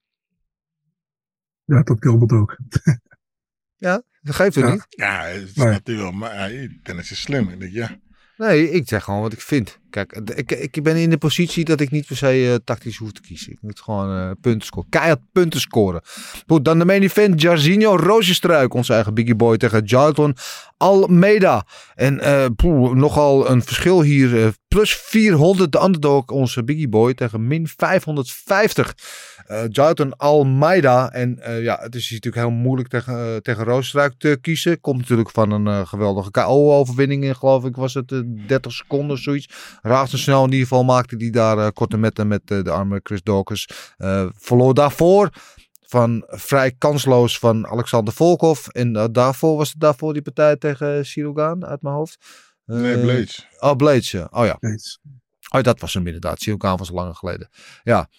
Ja, dat Gilbert ook. Ja, dat geeft het ja. niet. Ja, het is nee. natuurlijk wel, maar ja, Dennis is slim. Ik denk, ja. Nee, ik zeg gewoon wat ik vind. Kijk, ik, ik ben in de positie dat ik niet per se uh, tactisch hoef te kiezen. Ik moet gewoon uh, punten scoren. Keihard punten scoren. Goed, dan de main event. Jairzinho Rozenstruik, onze eigen biggie boy tegen Jailton Almeida. En uh, poeh, nogal een verschil hier. Uh, plus vierhonderd de underdog, onze biggie boy, tegen min vijfhonderdvijftig. Uh, Jailton Almeida. En uh, ja, het is natuurlijk heel moeilijk tegen, uh, tegen Rozenstruik te kiezen. Komt natuurlijk van een uh, geweldige K O-overwinning. Geloof ik was het uh, dertig seconden of zoiets. Razendsnel in ieder geval maakte hij daar uh, korte metten met uh, de arme Chris Dawkins. Uh, verloor daarvoor van vrij kansloos van Alexander Volkov. En uh, daarvoor was het daarvoor die partij tegen Sirogan uit mijn hoofd. Uh, nee, Blades. Oh, Blades. Ja. Oh ja. Blades. Oh, dat was hem inderdaad. Sirogan was langer geleden. Ja.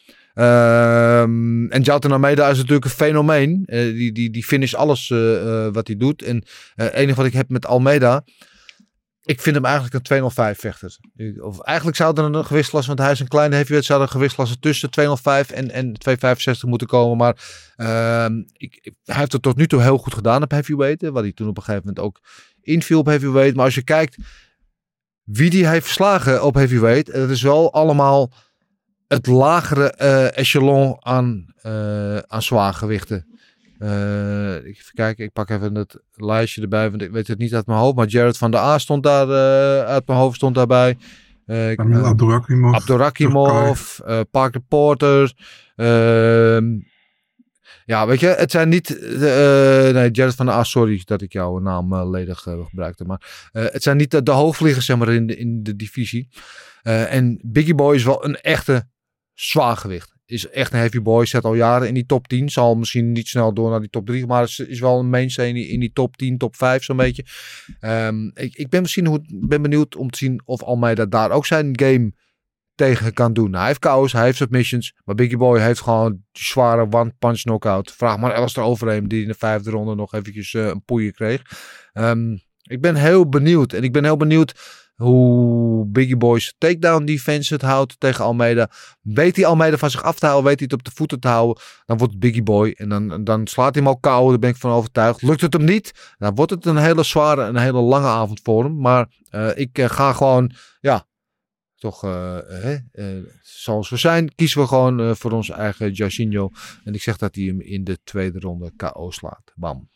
Um, en Jailton Almeida is natuurlijk een fenomeen. Uh, die, die, die finish alles uh, uh, wat hij doet. En het uh, enige wat ik heb met Almeida... Ik vind hem eigenlijk een tweehonderd vijf vechter. Of eigenlijk zou er een gewichtsklasse, want hij is een kleine heavyweight, zou er een gewichtsklasse tussen tweehonderd vijf en, en tweehonderdvijfenzestig moeten komen. Maar uh, ik, hij heeft het tot nu toe heel goed gedaan op heavyweight. Wat hij toen op een gegeven moment ook inviel op heavyweight. Maar als je kijkt wie die heeft verslagen op heavyweight, dat is wel allemaal het lagere uh, echelon aan, uh, aan zwaargewichten. Uh, even kijken, ik pak even het lijstje erbij, want ik weet het niet uit mijn hoofd. Maar Jared van der A stond daar, uh, uit mijn hoofd stond daarbij. Uh, uh, Abdurakimov. Abdurakimov, uh, Parker Porter. Uh, ja, weet je, het zijn niet... Uh, nee, Jared van der A, sorry dat ik jouw naam uh, ledig uh, gebruikte. Maar uh, het zijn niet de, de hoogvliegers, zeg maar, in de, in de divisie. Uh, en Biggie Boy is wel een echte zwaargewicht. Is echt een heavy boy, zit al jaren in die top tien. Zal misschien niet snel door naar die top drie, maar is, is wel een mainstay in die, in die top tien, top vijf zo'n beetje. Um, ik, ik ben misschien hoe, ben benieuwd om te zien of Almeida daar ook zijn game tegen kan doen. Nou, hij heeft K O's, hij heeft submissions, maar Biggie Boy heeft gewoon die zware one-punch knockout. Vraag maar Alistair Overeem, die in de vijfde ronde nog eventjes uh, een poeie kreeg. Um, ik ben heel benieuwd en ik ben heel benieuwd hoe Biggie Boy's takedown defense het houdt tegen Almeida. Weet hij Almeida van zich af te houden? Weet hij het op de voeten te houden? Dan wordt het Biggie Boy. En dan, dan slaat hij hem al kou. Daar ben ik van overtuigd. Lukt het hem niet? Dan wordt het een hele zware en een hele lange avond voor hem. Maar uh, ik uh, ga gewoon... Ja, toch... Uh, uh, uh, zoals we zijn, kiezen we gewoon uh, voor onze eigen Jairzinho. En ik zeg dat hij hem in de tweede ronde K O slaat. Bam.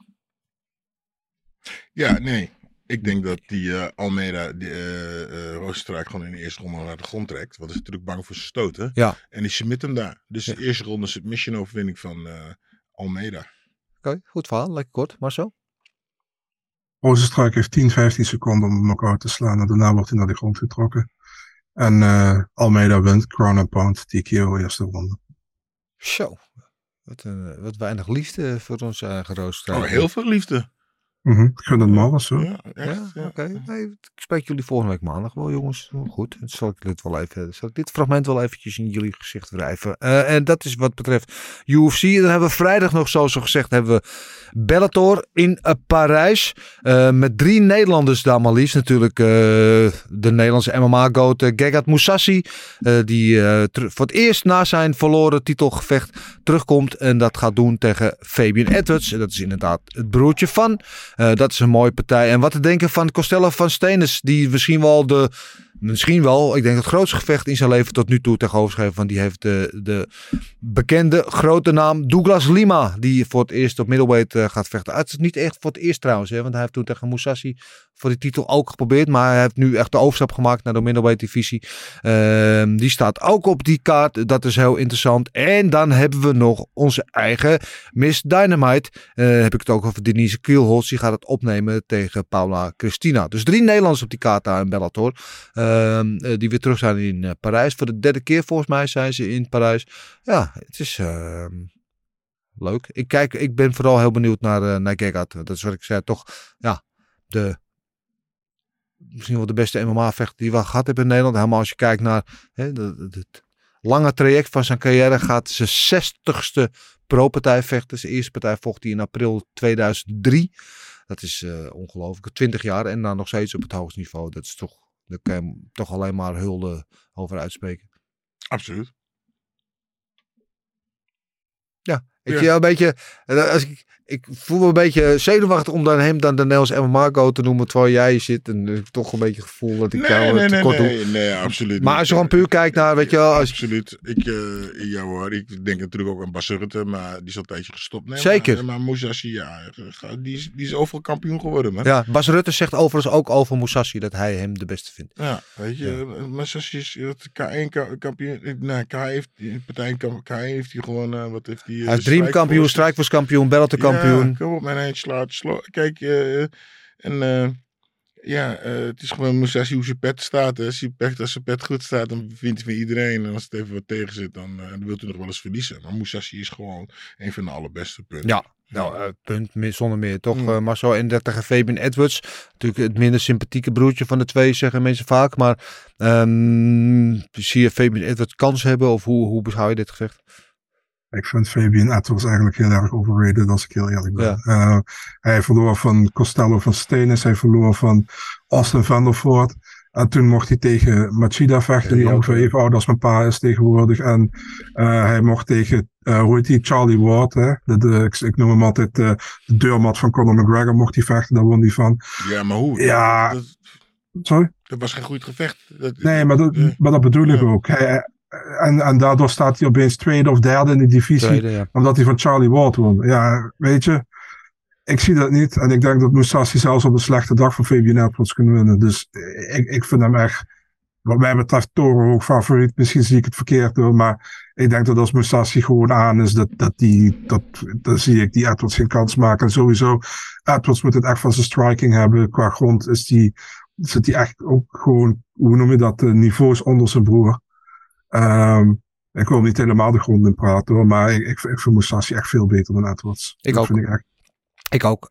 Ja, nee. Ik denk dat die uh, Almeida, die uh, uh, Rozenstruik gewoon in de eerste ronde naar de grond trekt. Want hij is natuurlijk bang voor zijn stoten. Ja. En die submit hem daar. Dus ja. de eerste ronde submission overwinning van uh, Almeida. Oké, okay, goed verhaal. Lekker kort. Marcel? Rozenstruik heeft tien, vijftien seconden om hem knock-out te slaan. En daarna wordt hij naar de grond getrokken. En uh, Almeida wint, ground and pound, T K O eerste ronde. Zo. Wat, een, wat weinig liefde voor onze eigen rooster. Oh, heel veel liefde. Mm-hmm. Ik vind het mal zo. Ja, echt, Ja, ja. oké. Okay. Nee, ik spreek jullie volgende week maandag wel, jongens. Goed, dan zal ik dit wel even, zal ik dit fragment wel eventjes in jullie gezicht wrijven. Uh, en dat is wat betreft U F C. Dan hebben we vrijdag nog, zoals al gezegd, hebben we Bellator in uh, Parijs. Uh, met drie Nederlanders daar maar liefst. Natuurlijk uh, de Nederlandse M M A-goat uh, Gegard Mousasi. Uh, die uh, ter- voor het eerst na zijn verloren titelgevecht terugkomt. En dat gaat doen tegen Fabian Edwards. En dat is inderdaad het broertje van. Uh, dat is een mooie partij. En wat te denken van Costello van Stenis, die misschien wel de, misschien wel, ik denk het grootste gevecht in zijn leven tot nu toe tegenover gegeven. Want die heeft de, de bekende grote naam Douglas Lima, die voor het eerst op middleweight uh, gaat vechten. Het is niet echt voor het eerst trouwens, hè, want hij heeft toen tegen Mousasi voor die titel ook geprobeerd. Maar hij heeft nu echt de overstap gemaakt naar de middleweight divisie. Uh, die staat ook op die kaart. Dat is heel interessant. En dan hebben we nog onze eigen Miss Dynamite. Uh, heb ik het ook over Denise Kielholz. Die gaat het opnemen tegen Paula Cristina. Dus drie Nederlanders op die kaart daar in Bellator. Uh, uh, die weer terug zijn in uh, Parijs. Voor de derde keer volgens mij zijn ze in Parijs. Ja, het is uh, leuk. Ik, kijk, ik ben vooral heel benieuwd naar, uh, naar Gegard. Dat is wat ik zei. Toch, ja, de... misschien wel de beste M M A-vechter die we gehad hebben in Nederland. Helemaal als je kijkt naar hè, het lange traject van zijn carrière. Gaat zijn zestigste pro-partij vechten. Zijn eerste partij vocht hij in april tweeduizend drie. Dat is uh, ongelooflijk. twintig jaar en dan nog steeds op het hoogste niveau. Dat is toch, daar kan je toch alleen maar hulde over uitspreken. Absoluut. Ja, ik Ja. zie jou een beetje... Als ik, ik voel me een beetje zenuwachtig om dan hem dan de Nederlandse M M A-go te noemen terwijl jij hier zit. En ik heb toch een beetje het gevoel dat ik Nee, jou nee, te nee, kort doe. nee, nee, absoluut Maar niet. als je gewoon puur kijkt naar, weet je wel... Als... Absoluut. Ik, uh, ja hoor, ik denk natuurlijk ook aan Bas Rutte, maar die is al een tijdje gestopt. Nee, Zeker. Maar, maar Mousasi, ja, die is, die is overal kampioen geworden. Man. Ja, Bas Rutte zegt overigens ook over Mousasi dat hij hem de beste vindt. Ja, weet je, ja. Mousasi is K één kampioen. Nee, K heeft, partij K één heeft hij gewoon, uh, wat heeft hij... Uh, Hij is Dream kampioen, Strikeforce kampioen, Bellator kampioen. Ja, kom op, mijn eind slaat. Slo- Kijk, uh, en uh, ja, uh, het is gewoon Mousasi hoe zijn pet staat. Hè. Als, je pet, als zijn pet goed staat, dan vindt hij van iedereen. En als het even wat tegen zit, dan, uh, dan wil hij nog wel eens verliezen. Maar Mousasi is gewoon een van de allerbeste punten. Ja, nou, uh, punt meer, zonder meer. Toch, Mm. uh, Marcel en dat tegen Fabian Edwards. Natuurlijk het minder sympathieke broertje van de twee, zeggen mensen vaak. Maar um, zie je Fabian Edwards kans hebben? Of hoe, hoe beschouw je dit gevecht? Ik vind Fabian Edwards eigenlijk heel erg overrated, als ik heel eerlijk ben. Ja. Uh, hij verloor van Costello van Stenis, hij verloor van Austin Vandervoort. En toen mocht hij tegen Machida vechten, die Ja, ongeveer even oud als mijn pa is tegenwoordig. En uh, hij mocht tegen, uh, hoe heet die, Charlie Ward, hè? De, de, ik, ik noem hem altijd uh, de deurmat van Conor McGregor, mocht hij vechten, daar won hij van. Ja, maar hoe? Ja, Dat, sorry? dat was geen goed gevecht. Dat, Nee, maar dat, uh, maar dat bedoel ik ja. ook. Hij, en, en daardoor staat hij opeens tweede of derde in de divisie. Tweede, ja. Omdat hij van Charlie Ward won. Ja, weet je. Ik zie dat niet. En ik denk dat Mousasi zelfs op een slechte dag van Fabian Edwards kan winnen. Dus ik, ik vind hem echt, wat mij betreft, Toro ook favoriet. Misschien zie ik het verkeerd hoor. Maar ik denk dat als Mousasi gewoon aan is, dat, dat die, dat, dan zie ik die Edwards geen kans maken. En sowieso, Edwards moet het echt van zijn striking hebben. Qua grond is die, zit hij echt ook gewoon, hoe noem je dat, de niveaus onder zijn broer. Um, ik wil niet helemaal de grond in praten hoor, maar ik, ik, ik vind Mousasi echt veel beter dan Edwards. Ik dat ook. Vind ik, echt... ik ook.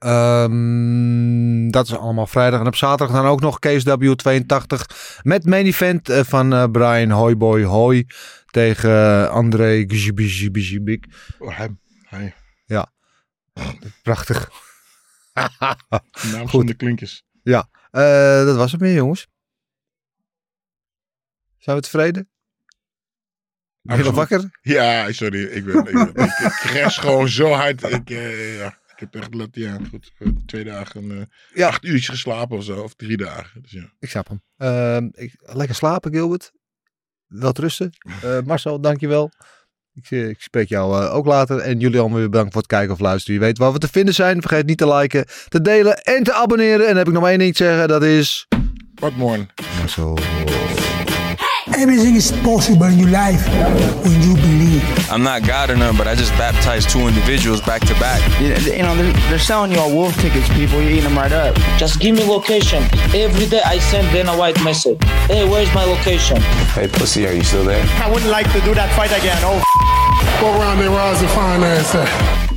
Um, dat is allemaal vrijdag. En op zaterdag dan ook nog K S W tweeëntachtig met main event uh, van uh, Brian Hoyboy Hoy tegen uh, André Gzibik. Oh, hij, hij. Ja, prachtig. Naam van de klinkers. Ja, uh, dat was het meer jongens. Zijn we tevreden? Ben je nog wakker? Ja, sorry. Ik ben, ik, ben, ik, ik crash gewoon zo hard. Ik, uh, ja, ik heb echt laat, ja, goed, twee dagen, uh, ja. acht uurtjes geslapen of zo. Of drie dagen. Dus ja. Ik snap hem. Uh, ik, lekker slapen, Gilbert. Wel rusten. Uh, Marcel, dankjewel. Ik, ik spreek jou uh, ook later. En jullie allemaal weer bedankt voor het kijken of luisteren. Je weet waar we te vinden zijn. Vergeet niet te liken, te delen en te abonneren. En dan heb ik nog maar één ding te zeggen. Dat is... Wat morgen. Marcel. everything is possible in your life when you believe. I'm not God or none, but I just baptized two individuals back to back. You, you know, they're, they're selling you all wolf tickets, people. You're eating them right up. Just give me location. Every day I send Dana White message. Hey, where's my location? Hey, pussy, are you still there? I wouldn't like to do that fight again. Oh, what round they rise to finance at?